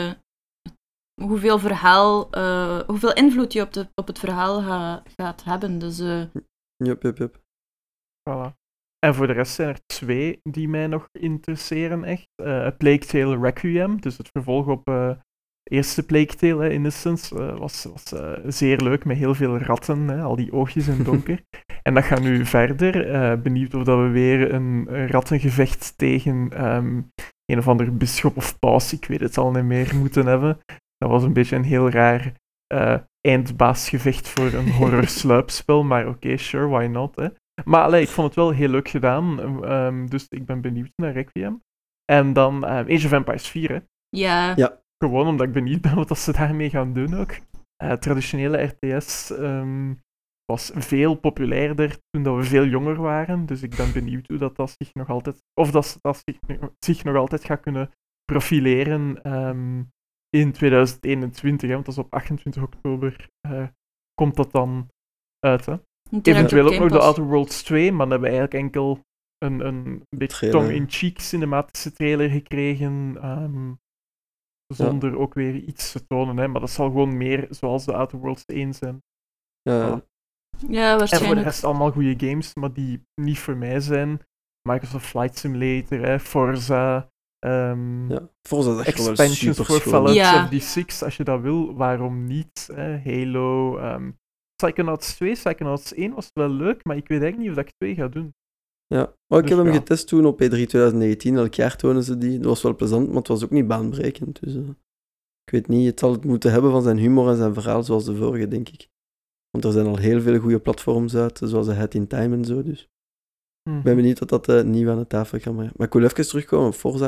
hoeveel invloed je op het verhaal gaat hebben. Dus, Yup. Voilà. En voor de rest zijn er 2 die mij nog interesseren echt. Plague Tale Requiem, dus het vervolg op eerste Plague Tale, Innocence, was zeer leuk, met heel veel ratten, hè, al die oogjes in het donker. En dat gaat nu verder. Benieuwd of dat we weer een rattengevecht tegen een of ander bisschop of paus, ik weet het al niet meer, moeten hebben. Dat was een beetje een heel raar eindbaasgevecht voor een horror-sluipspel, maar oké, sure, why not, hè. Maar ik vond het wel heel leuk gedaan, dus ik ben benieuwd naar Requiem. En dan Age of Empires 4, hè. Ja. Gewoon omdat ik benieuwd ben wat ze daarmee gaan doen ook. Traditionele RTS was veel populairder toen dat we veel jonger waren, dus ik ben benieuwd hoe dat zich nog altijd... Of dat zich nog altijd gaat kunnen profileren in 2021, hè, want dat is op 28 oktober komt dat dan uit, hè. Eventueel ook nog de Outer Worlds 2, maar dan hebben we eigenlijk enkel een beetje tongue-in-cheek cinematische trailer gekregen, zonder ook weer iets te tonen, hè. Maar dat zal gewoon meer zoals de Outer Worlds 1 zijn. Ja, waarschijnlijk. En voor de rest allemaal goede games, maar die niet voor mij zijn. Microsoft Flight Simulator, hè, Forza, Forza is echt expansions wel voor super Fallout Ja. 76, als je dat wil, waarom niet? Halo, Psychonauts 2, Psychonauts 1 was wel leuk, maar ik weet eigenlijk niet of dat ik 2 ga doen. Ja, ik heb hem getest toen op E3 2019, elk jaar tonen ze die. Dat was wel plezant, maar het was ook niet baanbrekend. Dus ik weet niet, het zal het moeten hebben van zijn humor en zijn verhaal zoals de vorige, denk ik. Want er zijn al heel veel goede platforms uit, zoals de Hat in Time en zo, dus ik ben benieuwd wat dat nieuw aan de tafel kan brengen. Maar ik wil even terugkomen op Forza.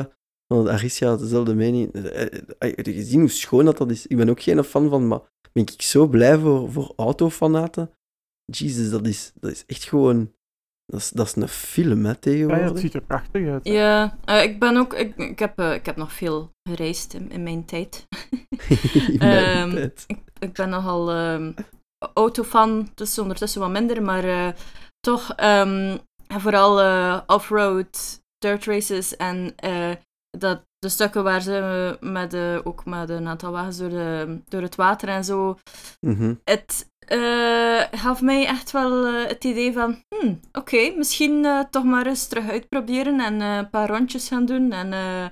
Want Aricia had dezelfde mening. Gezien hoe schoon dat is. Ik ben ook geen fan van, maar ben ik zo blij voor autofanaten. Jezus, dat is echt gewoon... Dat is een film, hè, Ja, tegenwoordig. het ziet er prachtig uit. Ja, ik heb nog veel gereisd in mijn tijd. In mijn tijd. Ik ben nogal autofan, dus ondertussen wat minder, maar toch vooral off-road, dirt races en de stukken waar ze ook met een aantal wagens door het water en zo. Mhm. Het gaf mij echt wel het idee van, oké, misschien toch maar eens terug uitproberen en een paar rondjes gaan doen en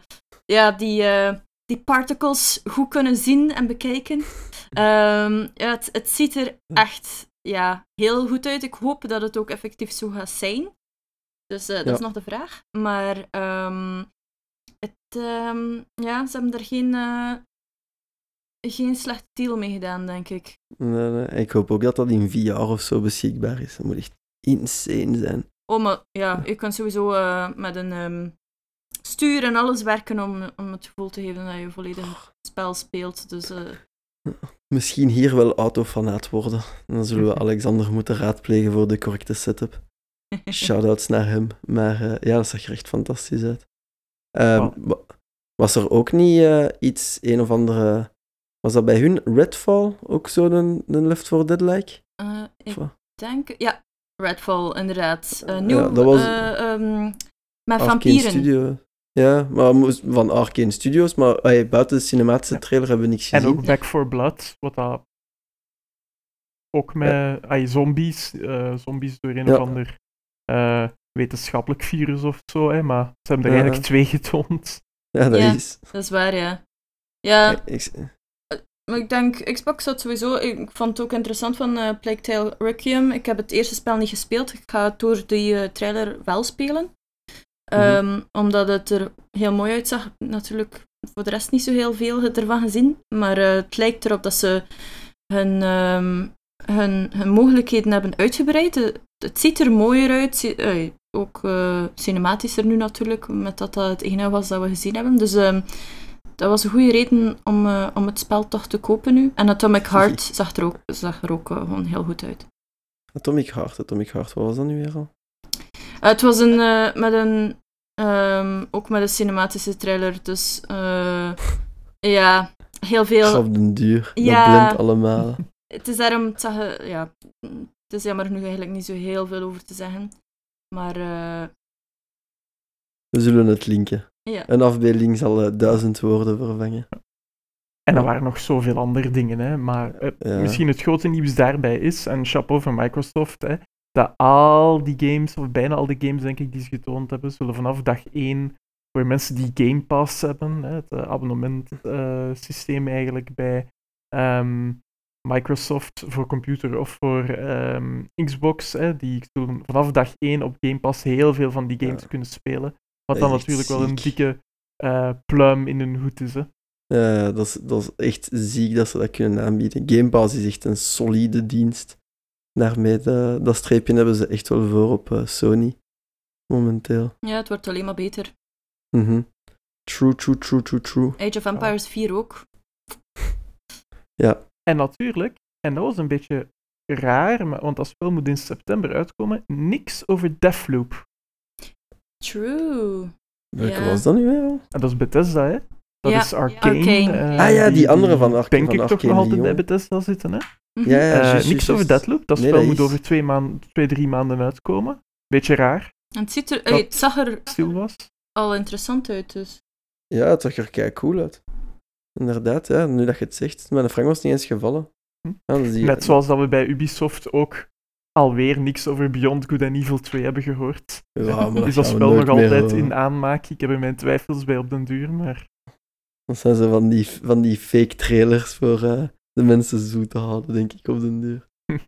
die particles goed kunnen zien en bekijken. Het ziet er echt heel goed uit. Ik hoop dat het ook effectief zo gaat zijn. Dus dat is nog de vraag. Maar ze hebben er geen slechte deal mee gedaan, denk ik. Nee. Ik hoop ook dat in VR of zo beschikbaar is. Dat moet echt insane zijn. Oh, maar ja, je kunt sowieso met een stuur en alles werken om het gevoel te geven dat je volledig het spel speelt. Dus, Misschien hier wel autofanaat worden. Dan zullen we Alexander moeten raadplegen voor de correcte setup. Shoutouts naar hem. Maar dat zag er echt fantastisch uit. Was er ook niet een of andere... Was dat bij hun Redfall ook zo'n Left 4 Dead-like? Ik denk... Ja, Redfall, inderdaad. Dat was met Arcane vampieren. Studio. Ja, maar van Arcane Studios, maar buiten de cinematische trailer hebben we niks gezien. En ook Back 4 Blood, wat dat ook met zombies door een of ander wetenschappelijk virus of zo, maar ze hebben er eigenlijk 2 getoond. Ja, dat is. Dat is waar, ja. Ja, maar ik denk, Xbox had sowieso... Ik vond het ook interessant van Plague Tale Requiem. Ik heb het eerste spel niet gespeeld. Ik ga het door die trailer wel spelen. Omdat het er heel mooi uitzag. Natuurlijk voor de rest niet zo heel veel ervan gezien. Maar het lijkt erop dat ze hun mogelijkheden hebben uitgebreid. Het ziet er mooier uit. Ook cinematischer nu natuurlijk. Met dat het enige was dat we gezien hebben. Dus dat was een goede reden om het spel toch te kopen nu. En Atomic Heart zag er ook gewoon heel goed uit. Atomic Heart, wat was dat nu weer al? Het was ook met een cinematische trailer, dus heel veel... Op den duur, dat blindt allemaal. Het is daarom, het is jammer nu eigenlijk niet zo heel veel over te zeggen, maar... We zullen het linken. Ja. Een afbeelding zal 1000 woorden vervangen. En er waren nog zoveel andere dingen, hè, maar misschien het grote nieuws daarbij is, en chapeau van Microsoft, hè, dat al die games, of bijna al die games denk ik die ze getoond hebben, zullen vanaf dag 1 voor mensen die Game Pass hebben, hè, het abonnementsysteem eigenlijk bij Microsoft voor computer of voor Xbox, die zullen vanaf dag 1 op Game Pass heel veel van die games kunnen spelen. Wat dan natuurlijk wel een dikke pluim in hun hoed is. Hè. Ja, dat is echt ziek dat ze dat kunnen aanbieden. Game Pass is echt een solide dienst. Daarmee, dat streepje hebben ze echt wel voor op Sony, momenteel. Ja, het wordt alleen maar beter. True. Age of Empires 4 ook. Ja. En natuurlijk, en dat was een beetje raar, want dat spel moet in september uitkomen, niks over Deathloop. True. Welke was dat nu weer al? En dat is Bethesda, hè? Dat is Arcane. Die andere van Arcane. Denk ik toch nog altijd bij Bethesda zitten, hè? Niks over Deathloop. Dat spel moet over 2-3 maanden uitkomen. Beetje raar. En het zag er stil was. Al interessant uit, dus. Ja, het zag er kei cool uit. Inderdaad, ja, nu dat je het zegt. Mijn Frank was niet eens gevallen. Ja, Net zoals dat we bij Ubisoft ook alweer niks over Beyond Good and Evil 2 hebben gehoord. Ja, maar is dat spel nog altijd in aanmaak? Ik heb er mijn twijfels bij op den duur, maar... Dat zijn ze van die fake trailers voor de mensen zoet te houden, denk ik, op den duur.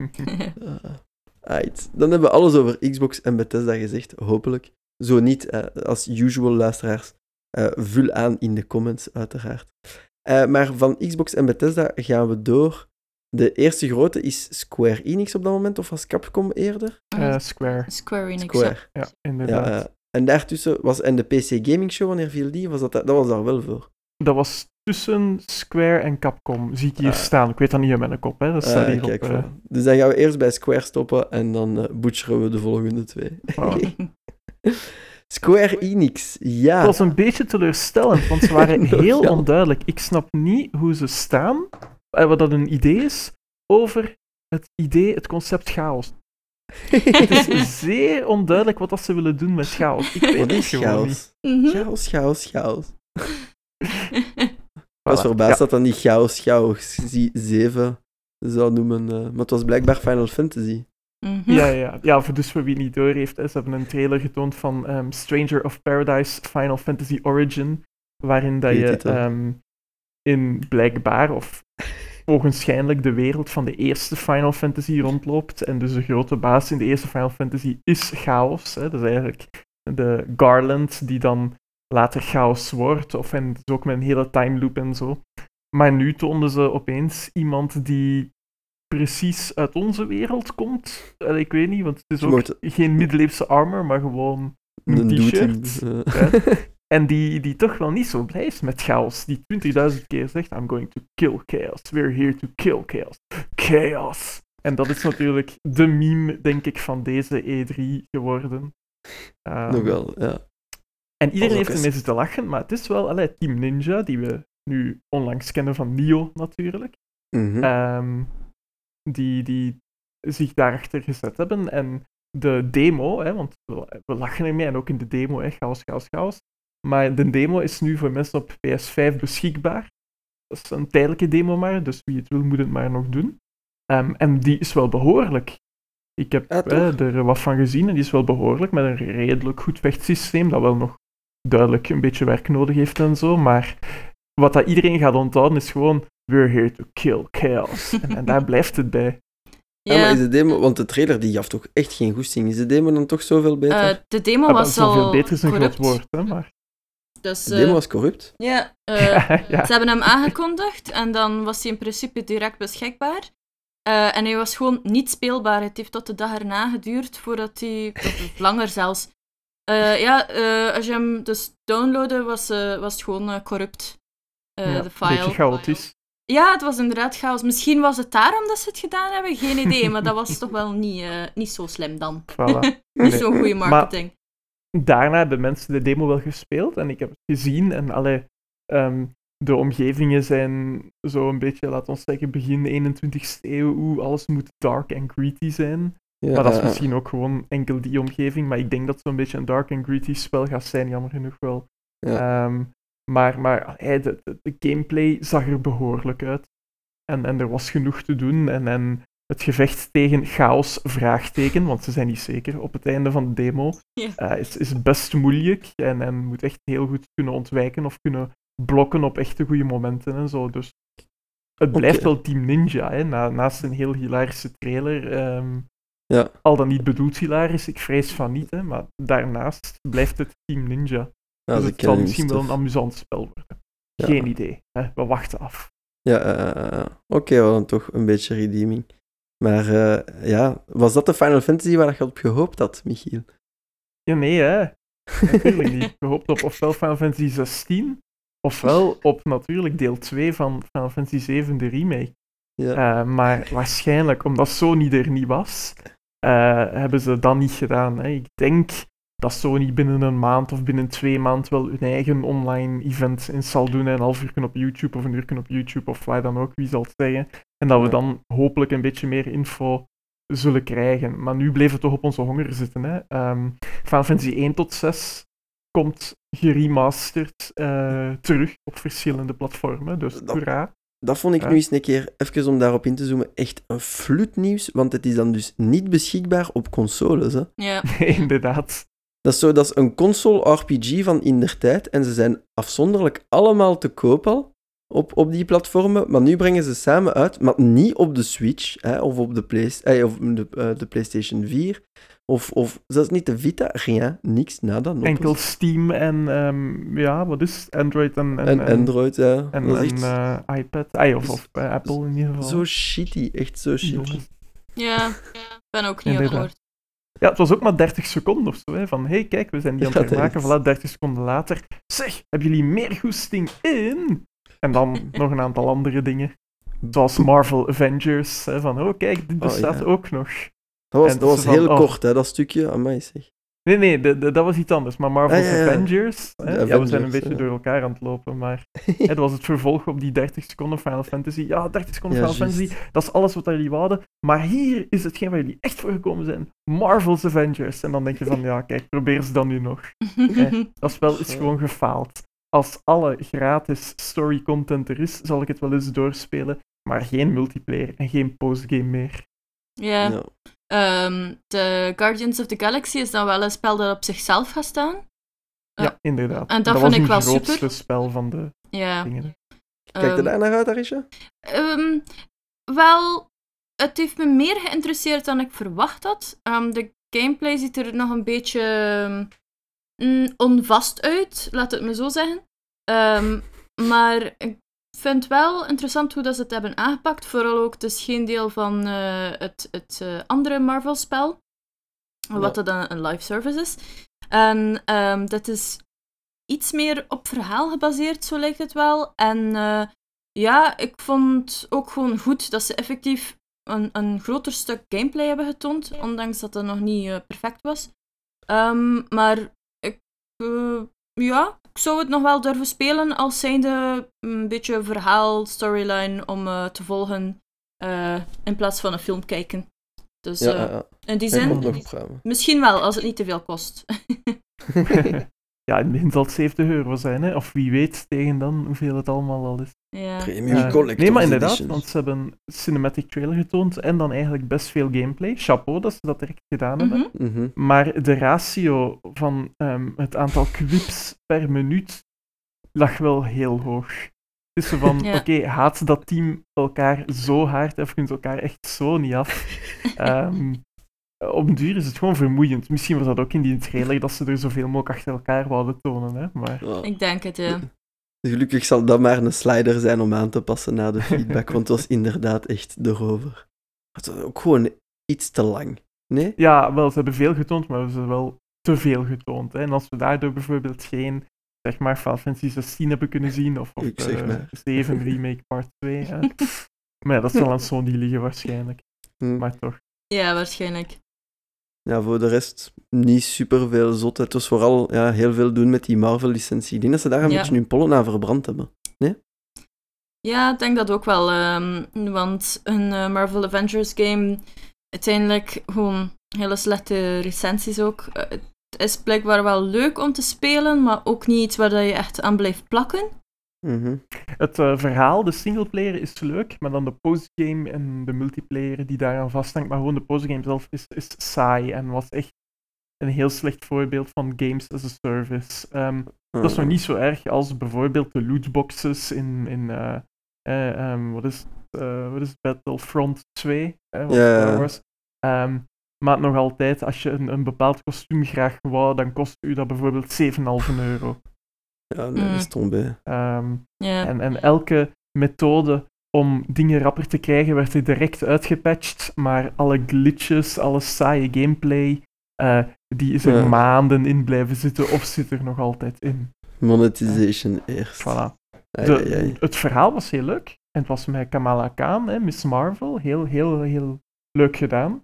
Dan hebben we alles over Xbox en Bethesda gezegd, hopelijk. Zo niet, als usual luisteraars, vul aan in de comments, uiteraard. Maar van Xbox en Bethesda gaan we door. De eerste grote is Square Enix op dat moment, of was Capcom eerder? Square Enix. Square. Ja, inderdaad. En daartussen was... En de PC Gaming Show, wanneer viel die? Dat was daar wel voor. Dat was tussen Square en Capcom, zie ik hier staan. Ik weet dat niet in mijn kop, hè. Dat staat hier kijk, op... Dus dan gaan we eerst bij Square stoppen en dan butcheren we de volgende 2. Oh. Square Enix, ja. Het was een beetje teleurstellend, want ze waren heel onduidelijk. Ik snap niet hoe ze staan, wat dat een idee is, over het concept chaos. Het is zeer onduidelijk wat dat ze willen doen met chaos. Ik weet Wat het is gewoon niet. chaos? Ik was verbaasd dat dan niet Chaos 7 zou noemen, maar het was blijkbaar Final Fantasy. Ja, dus voor wie niet door heeft, ze hebben een trailer getoond van Stranger of Paradise Final Fantasy Origin, waarin dat je in blijkbaar, of ogenschijnlijk, de wereld van de eerste Final Fantasy rondloopt. En dus de grote baas in de eerste Final Fantasy is Chaos. Dat is eigenlijk de Garland die dan later Chaos wordt, en dus ook met een hele time loop en zo. Maar nu toonden ze opeens iemand die precies uit onze wereld komt. Ik weet niet, want het is ook geen middeleeuwse armor, maar gewoon een t-shirt. En die toch wel niet zo blij is met chaos. Die 20.000 keer zegt, I'm going to kill chaos. We're here to kill chaos. Chaos! En dat is natuurlijk de meme, denk ik, van deze E3 geworden. Nog wel, ja. En iedereen heeft ermee zitten lachen, maar het is wel Team Ninja, die we nu onlangs kennen van Nioh natuurlijk. Die zich daarachter gezet hebben. En de demo, want we lachen ermee, en ook in de demo, chaos. Maar de demo is nu voor mensen op PS5 beschikbaar. Dat is een tijdelijke demo maar, dus wie het wil moet het maar nog doen. En die is wel behoorlijk. Ik heb er wat van gezien en die is wel behoorlijk, met een redelijk goed vechtsysteem, dat wel nog duidelijk een beetje werk nodig heeft en zo, maar wat dat iedereen gaat onthouden is gewoon we're here to kill chaos. En daar blijft het bij. Ja, maar is de demo, want de trailer die gaf toch echt geen goesting. Is de demo dan toch zoveel beter? De demo was al zoveel beter is een corrupt. groot woord, hè, maar... Dus, de demo was corrupt? Ja, ze hebben hem aangekondigd en dan was hij in principe direct beschikbaar. En hij was gewoon niet speelbaar. Het heeft tot de dag erna geduurd voordat hij... Of langer zelfs. Als je hem dus downloadde, was het gewoon corrupt. De file. Een beetje chaotisch. Ja, het was inderdaad chaos. Misschien was het daarom dat ze het gedaan hebben, geen idee. Maar dat was toch wel niet zo slim dan. Voilà. Niet zo'n goede marketing. Maar daarna hebben mensen de demo wel gespeeld en ik heb het gezien. En de omgevingen zijn zo een beetje, laten we zeggen, begin 21ste eeuw. Hoe alles moet dark en gritty zijn. Ja, maar dat is misschien ook gewoon enkel die omgeving. Maar ik denk dat het zo'n beetje een dark en gritty spel gaat zijn, jammer genoeg wel. Ja. Maar de gameplay zag er behoorlijk uit. En er was genoeg te doen. En het gevecht tegen chaos, vraagteken, want ze zijn niet zeker op het einde van de demo, is best moeilijk. En moet echt heel goed kunnen ontwijken of kunnen blokken op echte goede momenten en zo. Dus het blijft wel Team Ninja, hè, naast een heel hilarische trailer. Al dan niet bedoeld hilarisch, ik vrees van niet, hè, maar daarnaast blijft het Team Ninja. Ja, dus het zal misschien wel een amusant spel worden. Ja. Geen idee. Hè? We wachten af. Oké, wel dan toch een beetje redeeming. Maar was dat de Final Fantasy waar je op gehoopt had, Michiel? Ja, nee, hè. Natuurlijk niet. We hoopten op ofwel Final Fantasy 16, ofwel op natuurlijk deel 2 van Final Fantasy 7, de remake. Ja. Maar waarschijnlijk, omdat Sony er niet was, hebben ze dat niet gedaan. Hè. Ik denk dat Sony binnen een maand of binnen 2 maanden wel hun eigen online event in zal doen. Een half uur op YouTube of een uur op YouTube of waar dan ook, wie zal het zeggen. En dat we dan hopelijk een beetje meer info zullen krijgen. Maar nu bleef het toch op onze honger zitten. Hè. Final Fantasy 1 tot 6 komt geremasterd terug op verschillende platformen. Dus hoera. Dat vond ik nu eens een keer, even om daarop in te zoomen, echt een floednieuws. Want het is dan dus niet beschikbaar op consoles. Hè. Ja. Nee, inderdaad. Dat is een console-RPG van indertijd. En ze zijn afzonderlijk allemaal te koop al op die platformen. Maar nu brengen ze samen uit, maar niet op de Switch of op de PlayStation 4. Of zelfs niet de Vita, niks, nada. Noppes. Enkel Steam en wat is het? Android en Android, ja. En iPad, of Apple in ieder geval. Zo shitty, echt zo shitty. Ja, ik ben ook niet akkoord. Ja, het was ook maar 30 seconden of zo. Hè, van, hey, kijk, we zijn die aan het hermaken. Voilà, 30 seconden later. Zeg, hebben jullie meer goesting in? En dan nog een aantal andere dingen. Zoals Marvel Avengers. Hè, van, oh, kijk, dit bestaat ook nog. Dat was heel kort, hè, dat stukje. Amai, zeg. Nee, dat was iets anders. Maar Marvel's Avengers... Hè, Avengers, we zijn een beetje door elkaar aan het lopen, maar... dat was het vervolg op die 30 seconden Final Fantasy. Ja, 30 seconden Final Fantasy, dat is alles wat jullie wouden. Maar hier is hetgeen waar jullie echt voor gekomen zijn. Marvel's Avengers. En dan denk je van, ja, kijk, probeer ze dan nu nog. Dat spel is gewoon gefaald. Als alle gratis story content er is, zal ik het wel eens doorspelen. Maar geen multiplayer en geen postgame meer. Ja. No. De Guardians of the Galaxy is dan wel een spel dat op zichzelf gaat staan. Ja, inderdaad. En dat vind ik wel super. Dat was het grootste spel van de dingen. Kijk je daar naar uit, Arisha? Wel, het heeft me meer geïnteresseerd dan ik verwacht had. De gameplay ziet er nog een beetje onvast uit, laat het me zo zeggen. Maar ik vind het wel interessant hoe dat ze het hebben aangepakt. Vooral ook, het is geen deel van het andere Marvel-spel. Wat dat een live service is. En dit is iets meer op verhaal gebaseerd, zo lijkt het wel. En ja, ik vond ook gewoon goed dat ze effectief een groter stuk gameplay hebben getoond. Ondanks dat dat nog niet perfect was. Maar ik zou het nog wel durven spelen als zijnde een beetje verhaal, storyline om te volgen in plaats van een film kijken. Dus in die zin, misschien wel, als het niet te veel kost. Ja, in het begin zal het €70 zijn, hè? Of wie weet tegen dan hoeveel het allemaal al is. Ja. Premium Collector's Nee, maar inderdaad, Edition. want ze hebben een cinematic trailer getoond en dan eigenlijk best veel gameplay. Chapeau dat ze dat direct gedaan hebben. Mm-hmm. Maar de ratio van het aantal quips per minuut lag wel heel hoog. Het is zo van, oké, haat dat team elkaar zo hard of kunt elkaar echt zo niet af. Op een duur is het gewoon vermoeiend. Misschien was dat ook in die trailer dat ze er zoveel mogelijk achter elkaar wouden tonen, hè? Maar... Ik denk het, ja. Gelukkig zal dat maar een slider zijn om aan te passen na de feedback, want het was inderdaad echt erover. Het was ook gewoon iets te lang, nee? Ja, wel, ze hebben veel getoond, maar ze hebben wel te veel getoond. Hè? En als we daardoor bijvoorbeeld geen, zeg maar, Final Fantasy 16 hebben kunnen zien, of 7 Remake Part 2, hè? Maar ja, dat zal aan Sony liggen waarschijnlijk. Maar toch. Ja, waarschijnlijk. Ja, voor de rest niet superveel zot. Het was vooral heel veel doen met die Marvel-licentie. Ik denk dat ze daar een beetje hun pollen aan verbrand hebben. Nee? Ja, ik denk dat ook wel. Want een Marvel Avengers game, uiteindelijk gewoon hele slechte recensies ook. Het is blijkbaar wel leuk om te spelen, maar ook niet iets waar je echt aan blijft plakken. Mm-hmm. Het verhaal, de singleplayer is leuk, maar dan de postgame en de multiplayer die daaraan vasthangt, maar gewoon de postgame zelf is saai en was echt een heel slecht voorbeeld van games as a service. Dat is nog niet zo erg als bijvoorbeeld de lootboxes in wat is Battlefront 2? Maar nog altijd, als je een bepaald kostuum graag wou, dan kost u dat bijvoorbeeld €7,5. Ja, nee, dat is tombé. En elke methode om dingen rapper te krijgen werd er direct uitgepatcht, maar alle glitches, alle saaie gameplay, die is er maanden in blijven zitten of zit er nog altijd in. Monetization eerst. Voilà. Het verhaal was heel leuk. En het was met Kamala Khan, Miss Marvel. Heel, heel, heel leuk gedaan.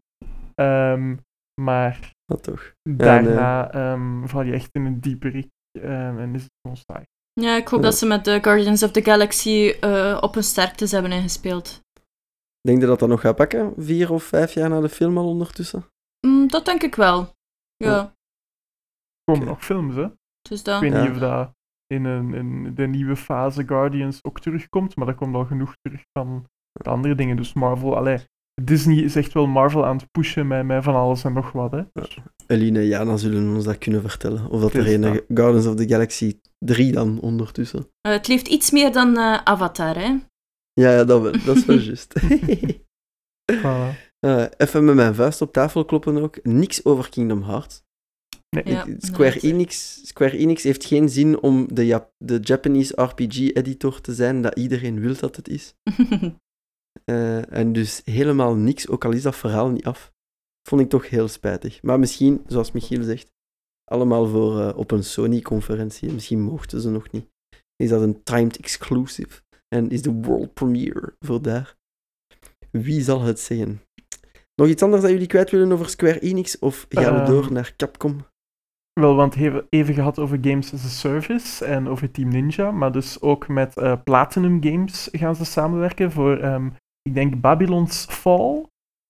Maar toch. Daarna val je echt in een dieperik en is het gewoon saai. Ja, ik hoop dat ze met de Guardians of the Galaxy op hun sterktes hebben ingespeeld. Denk je dat dat nog gaat pakken? 4 of 5 jaar na de film al ondertussen? Dat denk ik wel. Ja. Er komen nog films, hè? Dus dat... Ik weet niet of dat in de nieuwe fase Guardians ook terugkomt, maar dat komt al genoeg terug van de andere dingen. Dus Marvel, Disney is echt wel Marvel aan het pushen met van alles en nog wat, hè. Eline en Jana zullen ons dat kunnen vertellen. Of dat er een Guardians of the Galaxy 3 dan ondertussen. Het leeft iets meer dan Avatar, hè? Ja, dat is wel juist. Voilà. Even met mijn vuist op tafel kloppen ook. Niks over Kingdom Hearts. Nee. Ja, Square Enix heeft geen zin om de Japanese RPG-editor te zijn dat iedereen wil dat het is. En dus helemaal niks, ook al is dat verhaal niet af. Vond ik toch heel spijtig. Maar misschien, zoals Michiel zegt, allemaal voor op een Sony-conferentie. Misschien mochten ze nog niet. Is dat een timed exclusive? En is de world premiere voor daar? Wie zal het zeggen? Nog iets anders dat jullie kwijt willen over Square Enix? Of gaan we door naar Capcom? Wel, want we hebben even gehad over Games as a Service en over Team Ninja, maar dus ook met Platinum Games gaan ze samenwerken voor, ik denk, Babylon's Fall.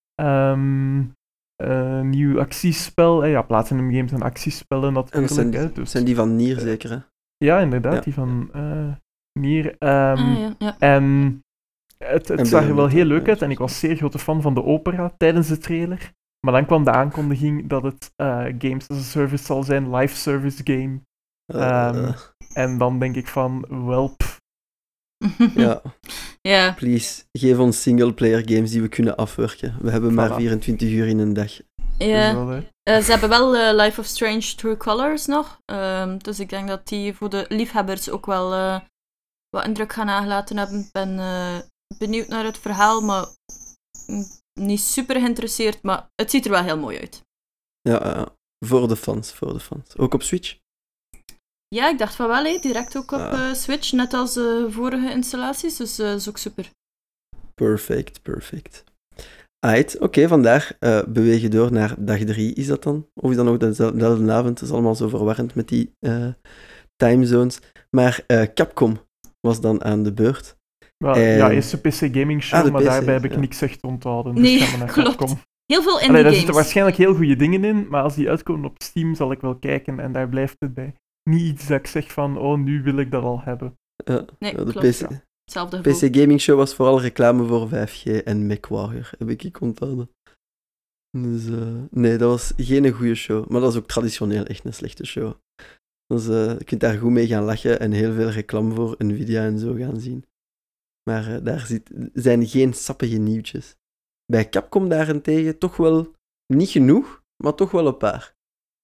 Nieuw actiespel. Ja, Platinum Games en actiespellen natuurlijk. En dat zijn die van Nier zeker, hè? Ja, inderdaad, Ja. die van Nier. Ja. En het zag er wel heel leuk uit ja. en ik was zeer grote fan van de opera tijdens de trailer. Maar dan kwam de aankondiging dat het Games as a Service zal zijn, live service game. En dan denk ik van, welp. Ja, Ja. please, geef ons singleplayer games die we kunnen afwerken. We hebben maar Voilà. 24 uur in een dag. Ja. Dus wel, Ze hebben wel Life of Strange True Colors nog. Dus ik denk dat die voor de liefhebbers ook wel wat indruk gaan nagelaten hebben. Ik ben benieuwd naar het verhaal, maar niet super geïnteresseerd. Maar het ziet er wel heel mooi uit. Ja, voor de fans. Ook op Switch? Ja, ik dacht van wel, direct ook op Switch, net als de vorige installaties. Dus dat is ook super. Perfect. Oké, vandaar bewegen door naar dag 3 is dat dan? Of is dat nog dezelfde avond? Het is allemaal zo verwarrend met die timezones. Maar Capcom was dan aan de beurt. Wel, ja, eerst de PC Gaming Show, de maar PC, daarbij heb ik ja. niks echt onthouden. Dus Nee, gaan we naar klopt. Capcom. Heel veel indie Allee, daar games. zitten waarschijnlijk heel goede dingen in, maar als die uitkomen op Steam zal ik wel kijken en daar blijft het bij. Niet iets dat ik zeg van, oh, nu wil ik dat al hebben. Nee, de klopt. PC, Hetzelfde gevoel. PC Gaming Show was vooral reclame voor 5G en MechWarrior, heb ik onthouden. Dus nee, dat was geen goede show. Maar dat is ook traditioneel echt een slechte show. Dus je kunt daar goed mee gaan lachen en heel veel reclame voor Nvidia en zo gaan zien. Maar daar zijn geen sappige nieuwtjes. Bij Capcom daarentegen toch wel niet genoeg, maar toch wel een paar.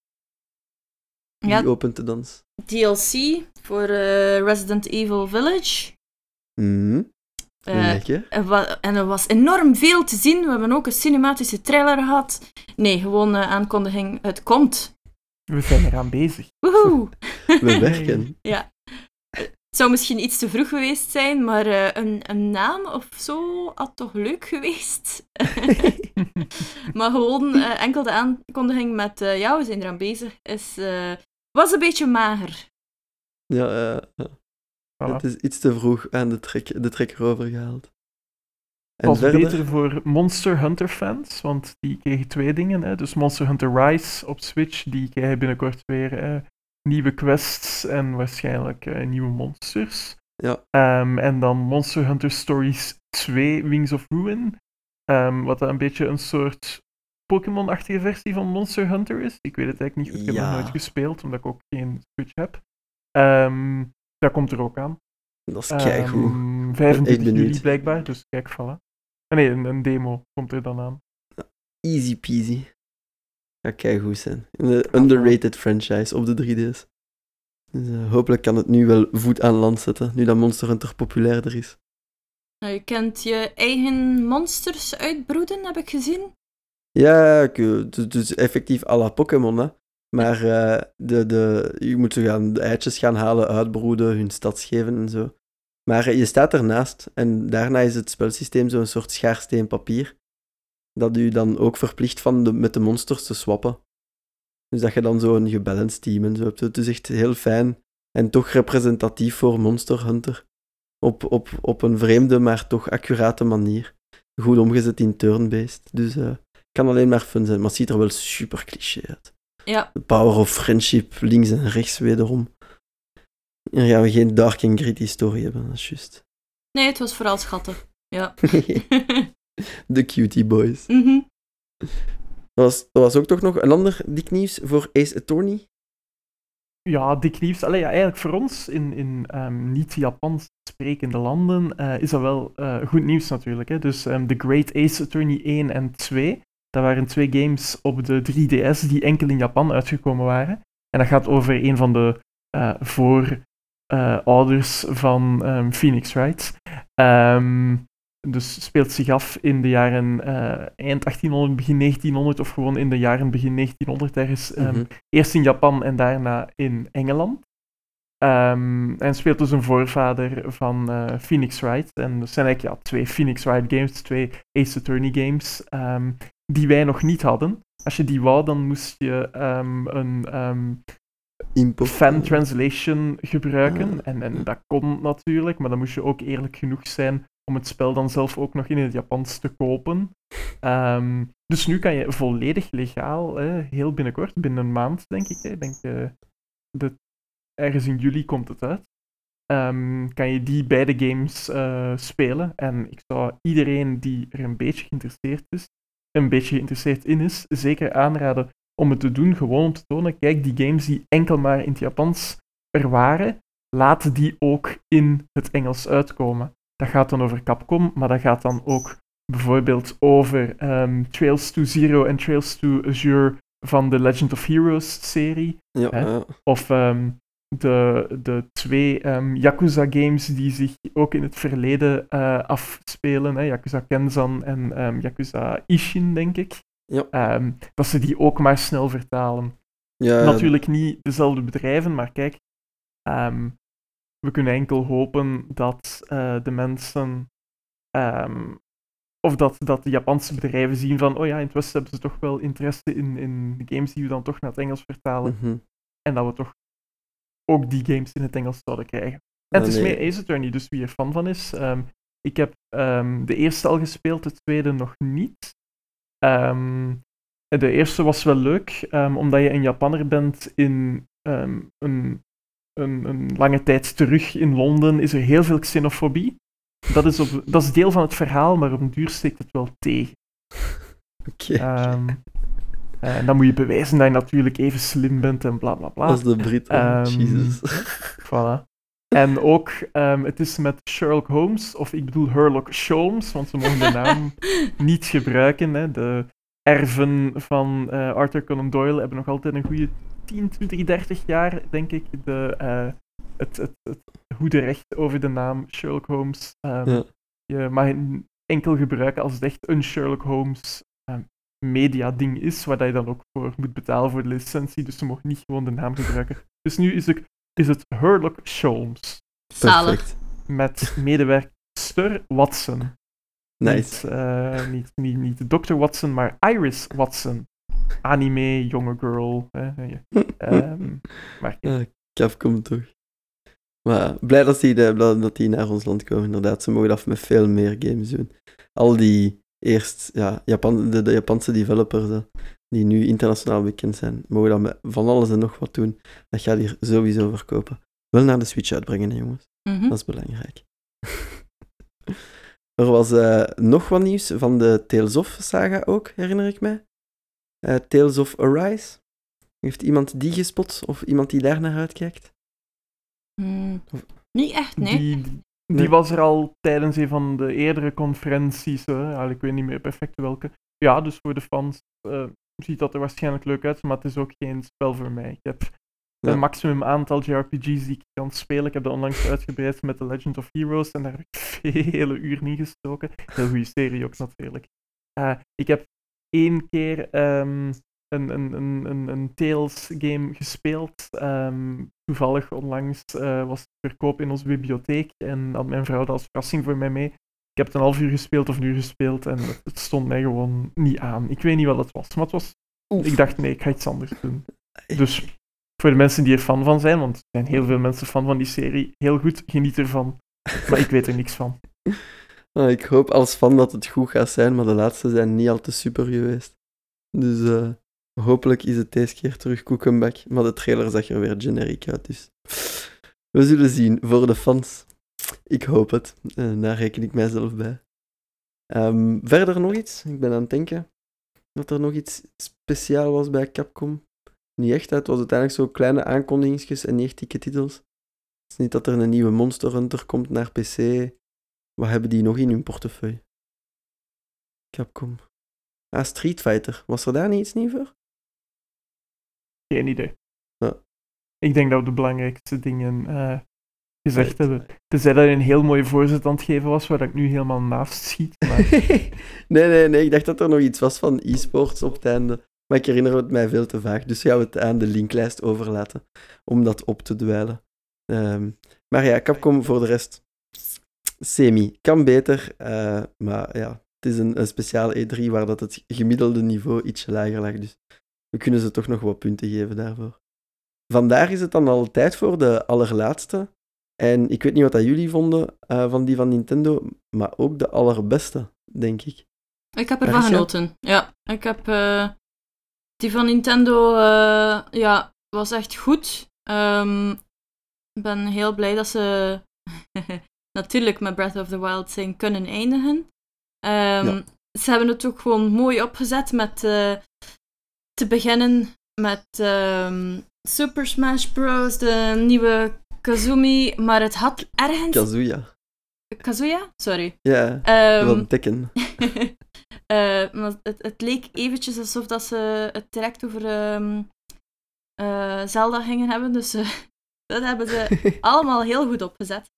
Ja. Die opent de dans. DLC voor Resident Evil Village. Lekker. En er was enorm veel te zien. We hebben ook een cinematische trailer gehad. Nee, gewoon aankondiging. Het komt. We zijn eraan bezig. Woehoe! We werken. Ja. Het zou misschien iets te vroeg geweest zijn, maar een naam of zo had toch leuk geweest. Maar gewoon enkel de aankondiging met ja, we zijn eraan bezig, was een beetje mager. Ja, Voilà. het is iets te vroeg aan de trekker overgehaald. En Het was verder... beter voor Monster Hunter fans, want die kregen 2 dingen. Hè. Dus Monster Hunter Rise op Switch, die krijgen binnenkort weer nieuwe quests en waarschijnlijk nieuwe monsters. Ja. En dan Monster Hunter Stories 2 Wings of Ruin, wat een beetje een soort Pokémon-achtige versie van Monster Hunter is. Ik weet het eigenlijk niet goed, ik heb Ja. nog nooit gespeeld, omdat ik ook geen Switch heb. Dat komt er ook aan. Dat is keigoed. 25 Echt benieuwd. juli blijkbaar, dus kijk, voilà. Nee, een demo komt er dan aan. Easy peasy. Gaat keigoed zijn. Een underrated franchise op de 3D's. Dus hopelijk kan het nu wel voet aan land zetten, nu dat Monster Hunter populairder is. Nou, je kent je eigen monsters uitbroeden, heb ik gezien. Ja, dus effectief à la Pokémon, hè. Maar je moet zo gaan de eitjes gaan halen, uitbroeden, hun stads geven en zo. Maar je staat ernaast en daarna is het spelsysteem zo'n soort schaarsteen papier. Dat u dan ook verplicht met de monsters te swappen. Dus dat je dan zo'n gebalanced team en zo hebt. Het is echt heel fijn en toch representatief voor Monster Hunter. Op een vreemde, maar toch accurate manier. Goed omgezet in turn-based. Dus kan alleen maar fun zijn, maar het ziet er wel super cliché uit. Ja. The power of friendship, links en rechts wederom. Hier gaan we geen dark and gritty story hebben, dat is juist. Nee, het was vooral schattig. Ja. De cutie boys. Mhm. Er was ook toch nog een ander dik nieuws voor Ace Attorney. Ja, dik nieuws. Allee, ja, eigenlijk voor ons in niet-Japans sprekende landen is dat wel goed nieuws natuurlijk. Hè. Dus The Great Ace Attorney 1 en 2, dat waren 2 games op de 3DS die enkel in Japan uitgekomen waren. En dat gaat over een van de voorouders van Phoenix Wright. Dus speelt zich af in de jaren eind 1800, begin 1900 of gewoon in de jaren begin 1900 ergens. Eerst in Japan en daarna in Engeland. En speelt dus een voorvader van Phoenix Wright. En dat zijn eigenlijk 2 Phoenix Wright games, 2 Ace Attorney games, die wij nog niet hadden. Als je die wou, dan moest je een fan translation gebruiken. En dat kon natuurlijk, maar dan moest je ook eerlijk genoeg zijn om het spel dan zelf ook nog in het Japans te kopen. Dus nu kan je volledig legaal, heel binnenkort, binnen een maand denk ik, ik denk ergens in juli komt het uit, kan je die beide games spelen. En ik zou iedereen die er een beetje geïnteresseerd in is, zeker aanraden om het te doen, gewoon om te tonen, kijk, die games die enkel maar in het Japans er waren, laten die ook in het Engels uitkomen. Dat gaat dan over Capcom, maar dat gaat dan ook bijvoorbeeld over Trails to Zero en Trails to Azure van de Legend of Heroes serie. Ja. Of de 2 Yakuza-games die zich ook in het verleden afspelen. Yakuza Kenzan en Yakuza Ishin, denk ik. Ja. Dat ze die ook maar snel vertalen. Ja. Natuurlijk niet dezelfde bedrijven, maar kijk, we kunnen enkel hopen dat de mensen, of dat de Japanse bedrijven zien van, oh ja, in het Westen hebben ze toch wel interesse in de games die we dan toch naar het Engels vertalen. En dat we toch ook die games in het Engels zouden krijgen. En het is meer Ace Attorney, dus wie er fan van is. Ik heb de eerste al gespeeld, de tweede nog niet. De eerste was wel leuk, omdat je een Japanner bent in een lange tijd terug in Londen, is er heel veel xenofobie. Dat is deel van het verhaal, maar op een duur steekt het wel tegen. Oké. En dan moet je bewijzen dat je natuurlijk even slim bent en bla bla bla. Als de Brit. Jesus. Voilà. En ook, het is met Sherlock Holmes, of ik bedoel Sherlock Sholmes, want ze mogen de naam niet gebruiken. Hè. De erven van Arthur Conan Doyle hebben nog altijd een goede 10, 20, 30 jaar, denk ik, het goede recht over de naam Sherlock Holmes. Je mag het enkel gebruiken als het echt een Sherlock Holmes media-ding is, waar je dan ook voor moet betalen voor de licentie, dus ze mogen niet gewoon de naam gebruiken. Dus nu is het Sherlock Sholmes. Zalig. Met medewerkster Watson. Nice. Niet Dr. Watson, maar Iris Watson. Anime, jonge girl. Maar Capcom toch. Maar blij dat die naar ons land komen, inderdaad. Ze mogen dat met veel meer games doen. Al die de Japanse developers die nu internationaal bekend zijn, mogen dat met van alles en nog wat doen. Dat gaat hier sowieso verkopen. Wel naar de Switch uitbrengen, hè, jongens. Dat is belangrijk. Er was nog wat nieuws van de Tales of-saga ook, herinner ik mij. Tales of Arise. Heeft iemand die gespot? Of iemand die daar naar uitkijkt? Niet echt, nee. Die was er al tijdens een van de eerdere conferenties. Ik weet niet meer perfect welke. Ja, dus voor de fans ziet dat er waarschijnlijk leuk uit, maar het is ook geen spel voor mij. Ik heb het maximum aantal JRPG's die ik kan spelen. Ik heb dat onlangs uitgebreid met The Legend of Heroes en daar heb ik vele uren in gestoken. Heel goede serie ook natuurlijk. Ik heb 1 keer een Tales game gespeeld. Toevallig onlangs was het verkoop in onze bibliotheek en had mijn vrouw dat als verrassing voor mij mee. Ik heb het een half uur gespeeld of een uur gespeeld en het stond mij gewoon niet aan. Ik weet niet wat het was, maar het was... Ik dacht, nee, ik ga iets anders doen. Dus voor de mensen die er fan van zijn, want er zijn heel veel mensen fan van die serie, heel goed, geniet ervan. Maar ik weet er niks van. Ik hoop als fan dat het goed gaat zijn, maar de laatste zijn niet al te super geweest. Dus hopelijk is het deze keer terug koekenbak, maar de trailer zag er weer generiek uit, dus we zullen zien. Voor de fans, ik hoop het. Daar reken ik mijzelf bij. Verder nog iets? Ik ben aan het denken dat er nog iets speciaal was bij Capcom. Niet echt, het was uiteindelijk zo kleine aankondigingsjes en niet echt dikke titels. Het is niet dat er een nieuwe Monster Hunter komt naar PC. Wat hebben die nog in hun portefeuille? Capcom. Street Fighter. Was er daar niet iets nieuws voor? Geen idee. Ja. Ik denk dat we de belangrijkste dingen gezegd hebben. Tenzij dat hij een heel mooie voorzet aan het geven was, waar ik nu helemaal naast schiet. Maar... nee. Ik dacht dat er nog iets was van e-sports op het einde. Maar ik herinner het mij veel te vaag. Dus gaan we het aan de linklijst overlaten om dat op te dweilen. Maar ja, Capcom voor de rest... Semi. Kan beter. Maar ja, het is een speciale E3 waar dat het gemiddelde niveau ietsje lager lag. Dus we kunnen ze toch nog wat punten geven daarvoor. Vandaar is het dan al tijd voor de allerlaatste. En ik weet niet wat dat jullie vonden van die van Nintendo, maar ook de allerbeste, denk ik. Ik heb ervan genoten. Ja, ik heb... die van Nintendo was echt goed. Ik ben heel blij dat ze natuurlijk met Breath of the Wild zijn kunnen eindigen. Ze hebben het ook gewoon mooi opgezet met te beginnen met Super Smash Bros., de nieuwe Kazumi, maar het had ergens... Kazuya? Sorry. Ja, van Tekken. Maar het leek eventjes alsof dat ze het direct over Zelda gingen hebben, dus dat hebben ze allemaal heel goed opgezet.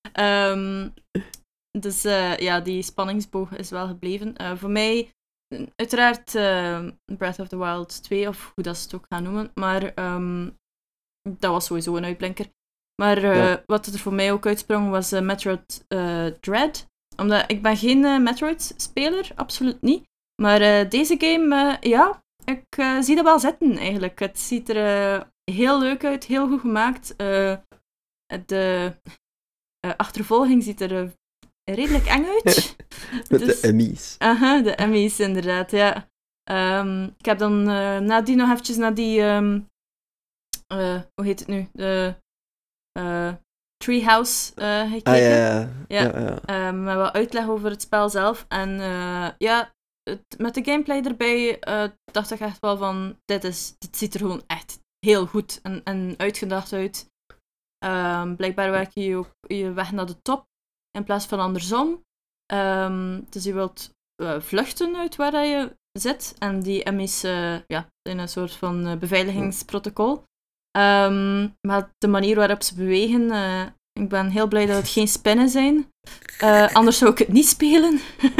Dus die spanningsboog is wel gebleven. Voor mij, uiteraard Breath of the Wild 2, of hoe dat ze het ook gaan noemen, maar dat was sowieso een uitblinker. Maar wat er voor mij ook uitsprong was Metroid Dread. Omdat ik ben geen Metroid-speler, absoluut niet. Maar deze game, ik zie dat wel zitten eigenlijk. Het ziet er heel leuk uit, heel goed gemaakt. De achtervolging ziet er redelijk eng uit. Met de Emmys. Aha, de Emmys inderdaad, ja. Ik heb dan nadien nog eventjes naar die... hoe heet het nu? De Treehouse gekeken. Met wat uitleg over het spel zelf. En met de gameplay erbij dacht ik echt wel van... Dit ziet er gewoon echt heel goed en uitgedacht uit. Blijkbaar werk je ook je weg naar de top in plaats van andersom. Dus je wilt vluchten uit waar je zit. En die Emmys zijn een soort van beveiligingsprotocol. Maar de manier waarop ze bewegen, ik ben heel blij dat het geen spinnen zijn. Anders zou ik het niet spelen.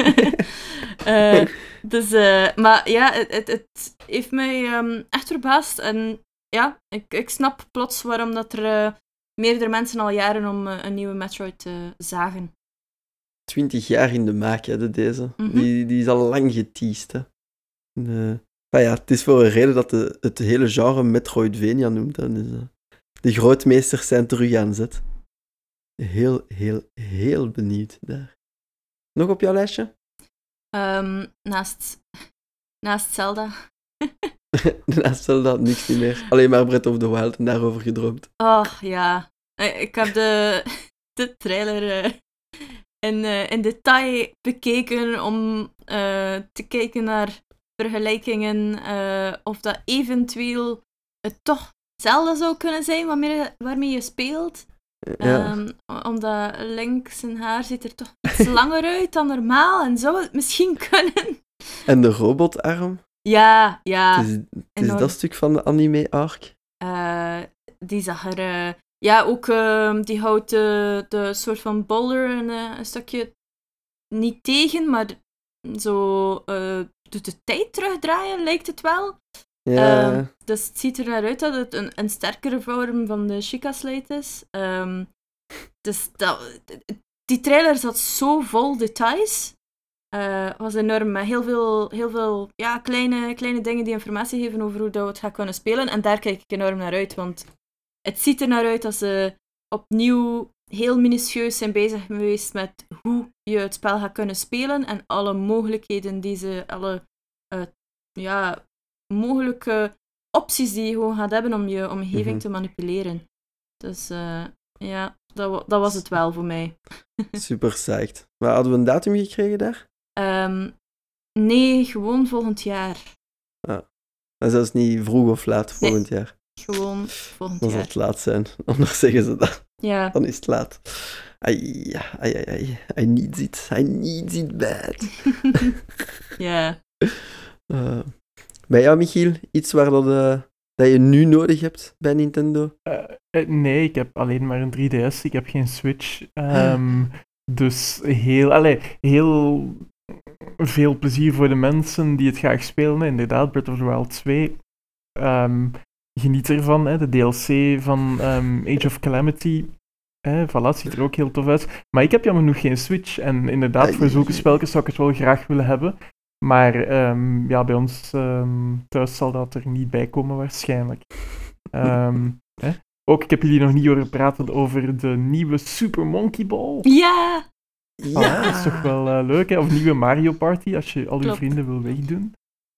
Maar ja, het heeft mij echt verbaasd. En ja, ik snap plots waarom dat er meerdere mensen al jaren om een nieuwe Metroid zagen. 20 jaar in de maak, hè, deze. Mm-hmm. Die is al lang geteased, hè. Het is voor een reden dat het hele genre Metroidvania noemt. Hè. Dus, de grootmeesters zijn terug aan zet. Heel, heel, heel benieuwd daar. Nog op jouw lijstje? Naast Zelda. Naast Zelda niks niet meer. Alleen maar Breath of the Wild en daarover gedroomd. Oh, ja. Ik heb de trailer in detail bekeken om te kijken naar vergelijkingen of dat eventueel het toch Zelda zou kunnen zijn waarmee je speelt. Ja. Omdat Link zijn haar ziet er toch iets langer uit dan normaal en zou het misschien kunnen. En de robotarm? Ja. Het is dat stuk van de anime-arc? Die zag er... ook die houdt de soort van boulder een stukje niet tegen, maar zo doet de tijd terugdraaien, lijkt het wel. Ja. Dus het ziet er naar uit dat het een sterkere vorm van de Sheikah Slate is. Dus die trailer zat zo vol details. Was enorm, met heel veel kleine dingen die informatie geven over hoe dat we het gaan kunnen spelen. En daar kijk ik enorm naar uit, want het ziet er naar uit dat ze opnieuw heel minutieus zijn bezig geweest met hoe je het spel gaat kunnen spelen en alle mogelijkheden die ze, alle mogelijke opties die je gewoon gaat hebben om je omgeving te manipuleren. Dus dat was het wel voor mij. Super psyched. Maar hadden we een datum gekregen daar? Nee, gewoon volgend jaar. Dat is niet vroeg of laat volgend jaar. Gewoon volgend Dan jaar. zal het laat zijn. Anders zeggen ze dat. Ja. Dan is het laat. Ai. I need it bad. Ja. Bij jou, Michiel, iets waar dat je nu nodig hebt bij Nintendo? Nee, ik heb alleen maar een 3DS. Ik heb geen Switch. Dus heel veel plezier voor de mensen die het graag spelen. Hè. Inderdaad, Breath of the Wild 2. Geniet ervan. Hè. De DLC van Age of Calamity. Voilà, ziet er ook heel tof uit. Maar ik heb jammer genoeg geen Switch. En inderdaad, voor zulke spelletjes zou ik het wel graag willen hebben. Maar bij ons thuis zal dat er niet bij komen waarschijnlijk. Ook, ik heb jullie nog niet horen praten over de nieuwe Super Monkey Ball. Ja! Dat is toch wel leuk, hè? Of nieuwe Mario Party, als je al je vrienden wil wegdoen.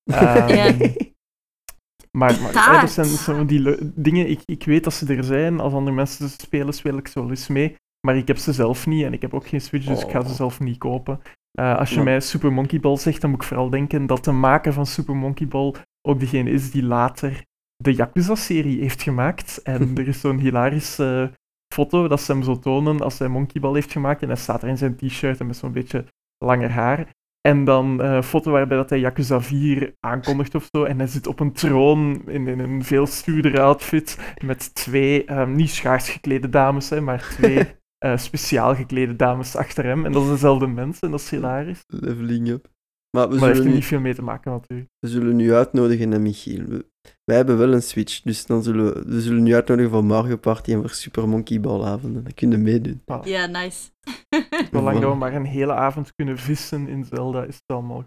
Maar dat zijn zo die dingen, ik weet dat ze er zijn. Als andere mensen ze spelen, speel ik ze wel eens mee. Maar ik heb ze zelf niet en ik heb ook geen Switch, dus ik ga ze zelf niet kopen. Als je mij Super Monkey Ball zegt, dan moet ik vooral denken dat de maker van Super Monkey Ball ook degene is die later de Yakuza-serie heeft gemaakt. En er is zo'n hilarische foto dat ze hem zo tonen als hij Monkey Ball heeft gemaakt. En hij staat er in zijn t-shirt en met zo'n beetje langer haar. En dan een foto waarbij dat hij Yakuza 4 aankondigt of zo. En hij zit op een troon in een veel stoerdere outfit met 2 niet schaars geklede dames, maar 2 speciaal geklede dames achter hem. En dat is dezelfde mens en dat is hilarisch. Leveling up. Maar dat heeft er niet veel mee te maken natuurlijk. We zullen nu uitnodigen naar Michiel. Wij hebben wel een Switch, dus dan we zullen nu uitnodigen voor Mario Party en voor Super Monkey Ball avonden. Dan kun je meedoen. Ja, nice. Zolang we maar een hele avond kunnen vissen in Zelda, is het allemaal.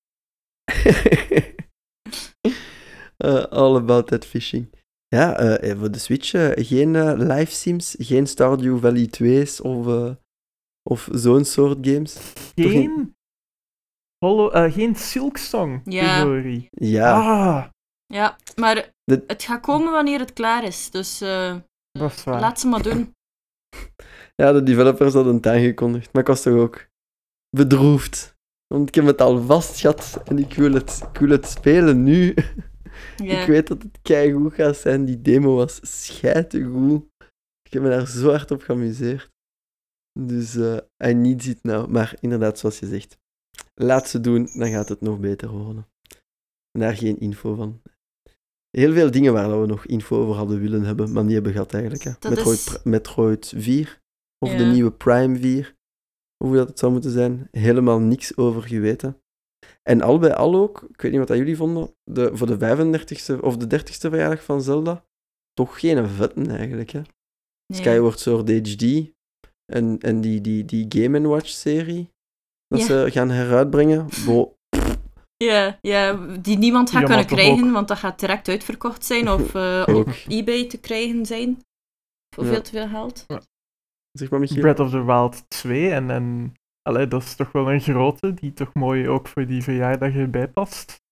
All about that fishing. Ja, voor de Switch geen live sims, geen Stardew Valley 2's of zo'n soort games. Geen Silksong, ja. Ja. Ja, maar het gaat komen wanneer het klaar is, dus dat is waar. Laat ze maar doen. Ja, de developers hadden het aangekondigd, maar ik was toch ook bedroefd. Want ik heb het al vast gehad en ik wil het spelen nu. Yeah. Ik weet dat het keigoed gaat zijn. Die demo was schijtegoed. Ik heb me daar zo hard op geamuseerd. Dus I need it now. Maar inderdaad, zoals je zegt, laat ze doen, dan gaat het nog beter worden. En daar geen info van. Heel veel dingen waar we nog info over hadden willen hebben, maar niet hebben gehad eigenlijk. Hè. Metroid 4, of de nieuwe Prime 4, hoe dat het zou moeten zijn. Helemaal niks over geweten. En al bij al ook, ik weet niet wat jullie vonden, voor de 35e of de 30e verjaardag van Zelda, toch geen vetten eigenlijk. Hè. Nee. Skyward Sword HD en die Game & Watch-serie, dat ze gaan heruitbrengen. Ja, die niemand gaat kunnen krijgen, ook. Want dat gaat direct uitverkocht zijn of op eBay te krijgen zijn. Voor veel te veel geld. Ja. Zeg maar, Michiel. Breath of the Wild 2 en dat is toch wel een grote, die toch mooi ook voor die verjaardag erbij past.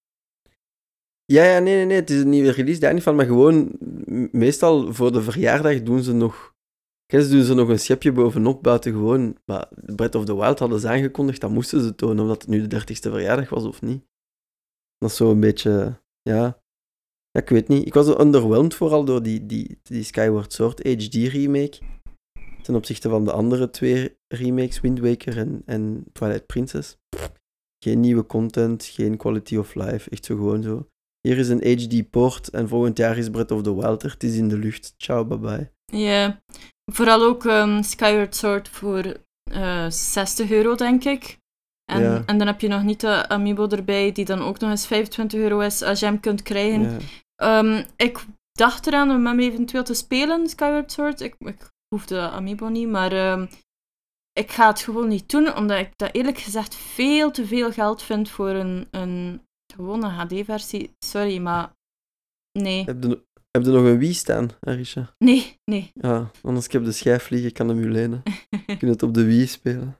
Ja, nee, het is een nieuwe release, daar niet van, maar gewoon, meestal voor de verjaardag doen ze nog een schepje bovenop, buitengewoon. Maar Breath of the Wild hadden ze aangekondigd, dat moesten ze tonen, of dat het nu de 30e verjaardag was of niet. Dat is zo een beetje, ja, ik weet niet. Ik was underwhelmed vooral door die Skyward Sword HD remake. Ten opzichte van de andere 2 remakes, Wind Waker en Twilight Princess. Geen nieuwe content, geen quality of life, echt zo gewoon zo. Hier is een HD-port en volgend jaar is Breath of the Wild er. Het is in de lucht. Ciao, bye-bye. Ja, vooral ook Skyward Sword voor €60, denk ik. En dan heb je nog niet de Amiibo erbij, die dan ook nog eens €25 is, als je hem kunt krijgen. Ja. Ik dacht eraan om hem eventueel te spelen, Skyward Sword. Ik hoef de Amiibo niet, maar ik ga het gewoon niet doen, omdat ik dat eerlijk gezegd veel te veel geld vind voor een gewone HD-versie. Sorry, maar nee. Heb je nog een Wii staan, Arisha? Nee. Ja, anders ik heb de schijf liggen, ik kan hem u lenen. Je kunt het op de Wii spelen.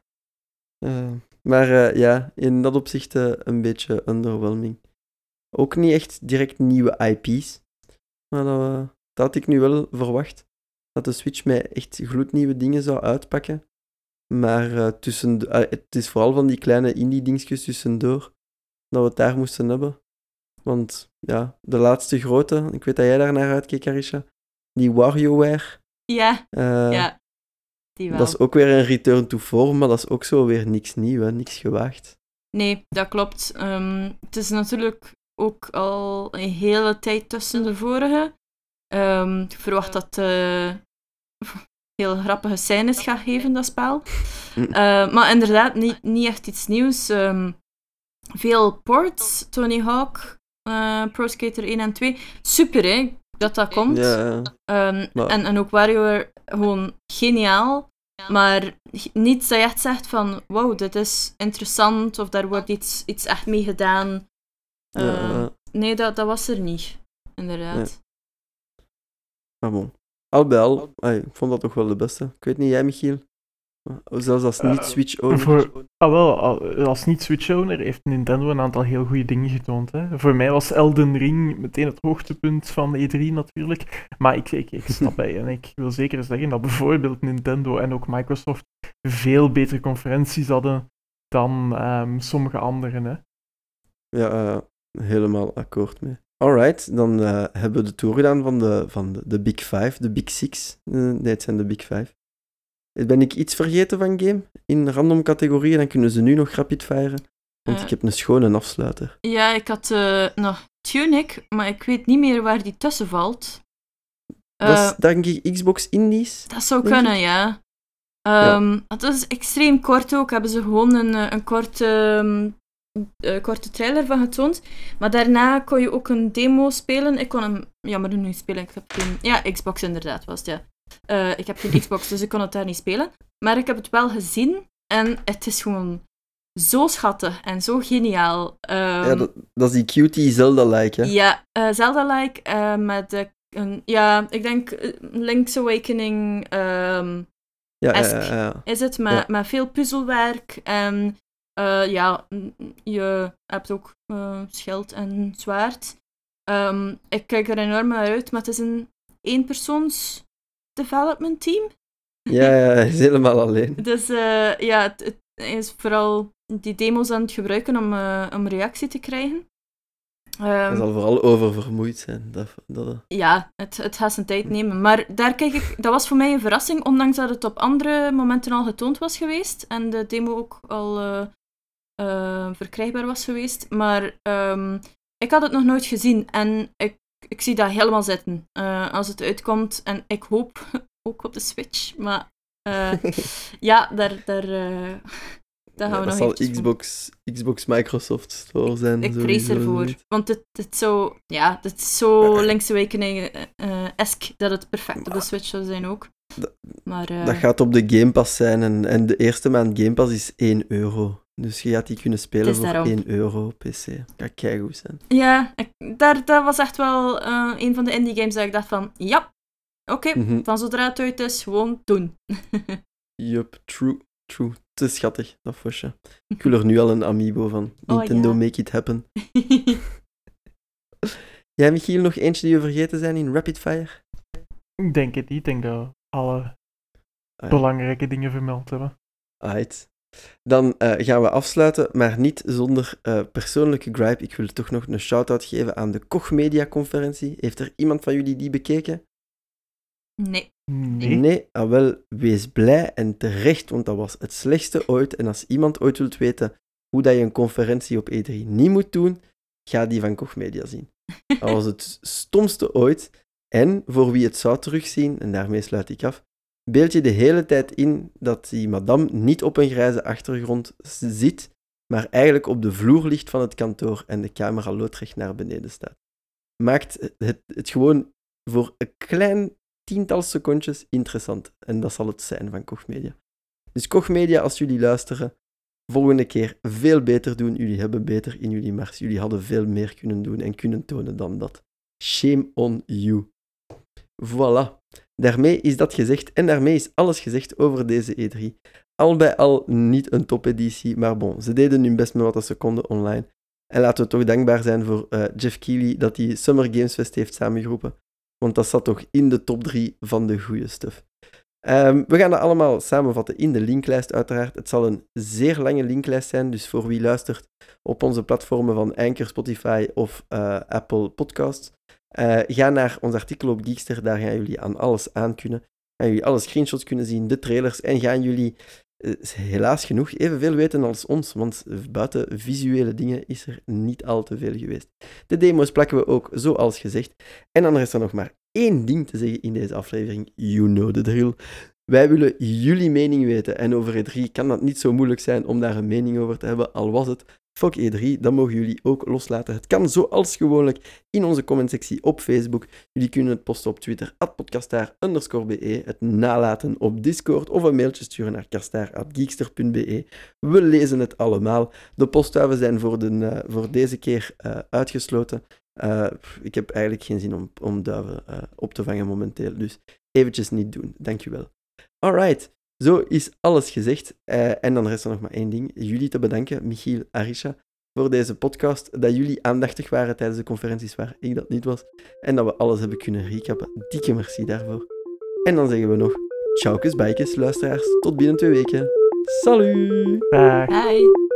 Maar in dat opzicht een beetje underwhelming. Ook niet echt direct nieuwe IP's. Maar dat had ik nu wel verwacht. Dat de Switch mij echt gloednieuwe dingen zou uitpakken. Maar het is vooral van die kleine indie-dingetjes tussendoor dat we het daar moesten hebben. Want ja, de laatste grote, ik weet dat jij daar naar uitkeek, Arisha, die WarioWare. Ja, die wel. Dat is ook weer een return to form, maar dat is ook zo weer niks nieuw, hè? Niks gewaagd. Nee, dat klopt. Het is natuurlijk ook al een hele tijd tussen de vorige. Ik verwacht dat heel grappige scènes gaat geven, dat spel. Maar inderdaad, niet echt iets nieuws. Veel ports, Tony Hawk, Pro Skater 1 en 2. Super, hè, dat komt. Ja. En ook WarioWare, gewoon geniaal. Maar niets dat je echt zegt van, wow, dit is interessant, of daar wordt iets echt mee gedaan. Nee, dat was er niet, inderdaad. Nee. Maar bon. Al bij al, ik vond dat toch wel de beste. Ik weet niet, jij Michiel? Zelfs als niet-Switch-owner. Als niet-Switch-owner heeft Nintendo een aantal heel goede dingen getoond. Hè. Voor mij was Elden Ring meteen het hoogtepunt van de E3 natuurlijk. Maar ik snap bij en ik wil zeker zeggen dat bijvoorbeeld Nintendo en ook Microsoft veel betere conferenties hadden dan sommige anderen. Hè. Ja, helemaal akkoord mee. Alright, dan hebben we de tour gedaan van de Big Five, de Big Six. Nee, het zijn de Big Five. Ben ik iets vergeten van game? In random categorieën, dan kunnen ze nu nog rapid firen. Want ik heb een schone afsluiter. Ja, ik had nog Tunic, maar ik weet niet meer waar die tussen valt. Dat is denk ik Xbox Indies. Dat zou kunnen, ja. Het is extreem kort ook. Hebben ze gewoon een korte trailer van getoond. Maar daarna kon je ook een demo spelen. Ik kon hem jammer genoeg niet spelen. Ik heb geen... Ja, Xbox inderdaad was het, ja. Ik heb geen Xbox, dus ik kon het daar niet spelen. Maar ik heb het wel gezien. En het is gewoon zo schattig en zo geniaal. Ja, dat is die cutie Zelda-like, hè? Ja, Zelda-like. Met ik denk Link's Awakening... is het, met veel puzzelwerk. En je hebt ook schild en zwaard. Ik kijk er enorm naar uit, maar het is een eenpersoons development team. Ja, hij is helemaal alleen. Dus het is vooral die demo's aan het gebruiken om reactie te krijgen. Hij zal vooral oververmoeid zijn. Ja, het gaat zijn tijd nemen. Maar daar dat was voor mij een verrassing, ondanks dat het op andere momenten al getoond was geweest. En de demo ook al verkrijgbaar was geweest. Maar ik had het nog nooit gezien. En ik zie dat helemaal zitten. Als het uitkomt. En ik hoop ook op de Switch. Maar daar gaan we nog zal Xbox Microsoft Store zijn. Ik vrees ervoor. Want het is zo Link's Awakening-esque dat het perfect op de Switch zou zijn ook. Dat gaat op de Game Pass zijn. En de eerste maand Game Pass is €1. Dus je gaat die kunnen spelen voor €1 PC. Dat gaat keigoed zijn. Ja, dat was echt wel een van de indie games dat ik dacht van, ja, oké, van zodra het uit is, gewoon doen. Yup, true. Het is schattig, dat vosje. Ik wil er nu al een amiibo van. Nintendo, make it happen. Jij, Michiel, nog eentje die we vergeten zijn in Rapid Fire? Ik denk het niet. Ik denk dat we alle belangrijke dingen vermeld hebben. Alright. Dan gaan we afsluiten, maar niet zonder persoonlijke gripe. Ik wil toch nog een shout-out geven aan de Koch Media Conferentie. Heeft er iemand van jullie die bekeken? Nee. Nee, wel, wees blij en terecht, want dat was het slechtste ooit. En als iemand ooit wilt weten hoe dat je een conferentie op E3 niet moet doen, ga die van Koch Media zien. Dat was het stomste ooit. En voor wie het zou terugzien, en daarmee sluit ik af, beeld je de hele tijd in dat die madame niet op een grijze achtergrond zit, maar eigenlijk op de vloer ligt van het kantoor en de camera loodrecht naar beneden staat. Maakt het gewoon voor een klein 10-tal secondjes interessant. En dat zal het zijn van Koch Media. Dus Koch Media, als jullie luisteren, volgende keer veel beter doen. Jullie hebben beter in jullie mars. Jullie hadden veel meer kunnen doen en kunnen tonen dan dat. Shame on you. Voilà. Daarmee is dat gezegd en daarmee is alles gezegd over deze E3. Al bij al niet een topeditie, maar bon, ze deden hun best met wat ze konden online. En laten we toch dankbaar zijn voor Jeff Keighley dat hij Summer Games Fest heeft samengeroepen. Want dat zat toch in de top 3 van de goede stuff. We gaan dat allemaal samenvatten in de linklijst uiteraard. Het zal een zeer lange linklijst zijn, dus voor wie luistert op onze platformen van Anchor, Spotify of Apple Podcasts, ga naar ons artikel op Geekster, daar gaan jullie aan alles aan kunnen. Gaan jullie alle screenshots kunnen zien, de trailers, en gaan jullie is helaas genoeg evenveel weten als ons, want buiten visuele dingen is er niet al te veel geweest. De demo's plakken we ook, zoals gezegd. En dan is er nog maar 1 ding te zeggen in deze aflevering. You know the drill. Wij willen jullie mening weten. En over E3 kan dat niet zo moeilijk zijn om daar een mening over te hebben, al was het fuck E3, dat mogen jullie ook loslaten. Het kan zoals gewoonlijk in onze commentsectie op Facebook. Jullie kunnen het posten op Twitter, @podcastaar_be, het nalaten op Discord of een mailtje sturen naar kastaar@geekster.be. We lezen het allemaal. De postduiven zijn voor deze keer uitgesloten. Ik heb eigenlijk geen zin om duiven op te vangen momenteel, dus eventjes niet doen. Dankjewel. Alright. Zo is alles gezegd. En dan rest er nog maar 1 ding. Jullie te bedanken, Michiel, Arisha, voor deze podcast. Dat jullie aandachtig waren tijdens de conferenties waar ik dat niet was. En dat we alles hebben kunnen recappen. Dikke merci daarvoor. En dan zeggen we nog, tjaukes, bijkes, luisteraars. Tot binnen 2 weken. Salut! Dag. Bye!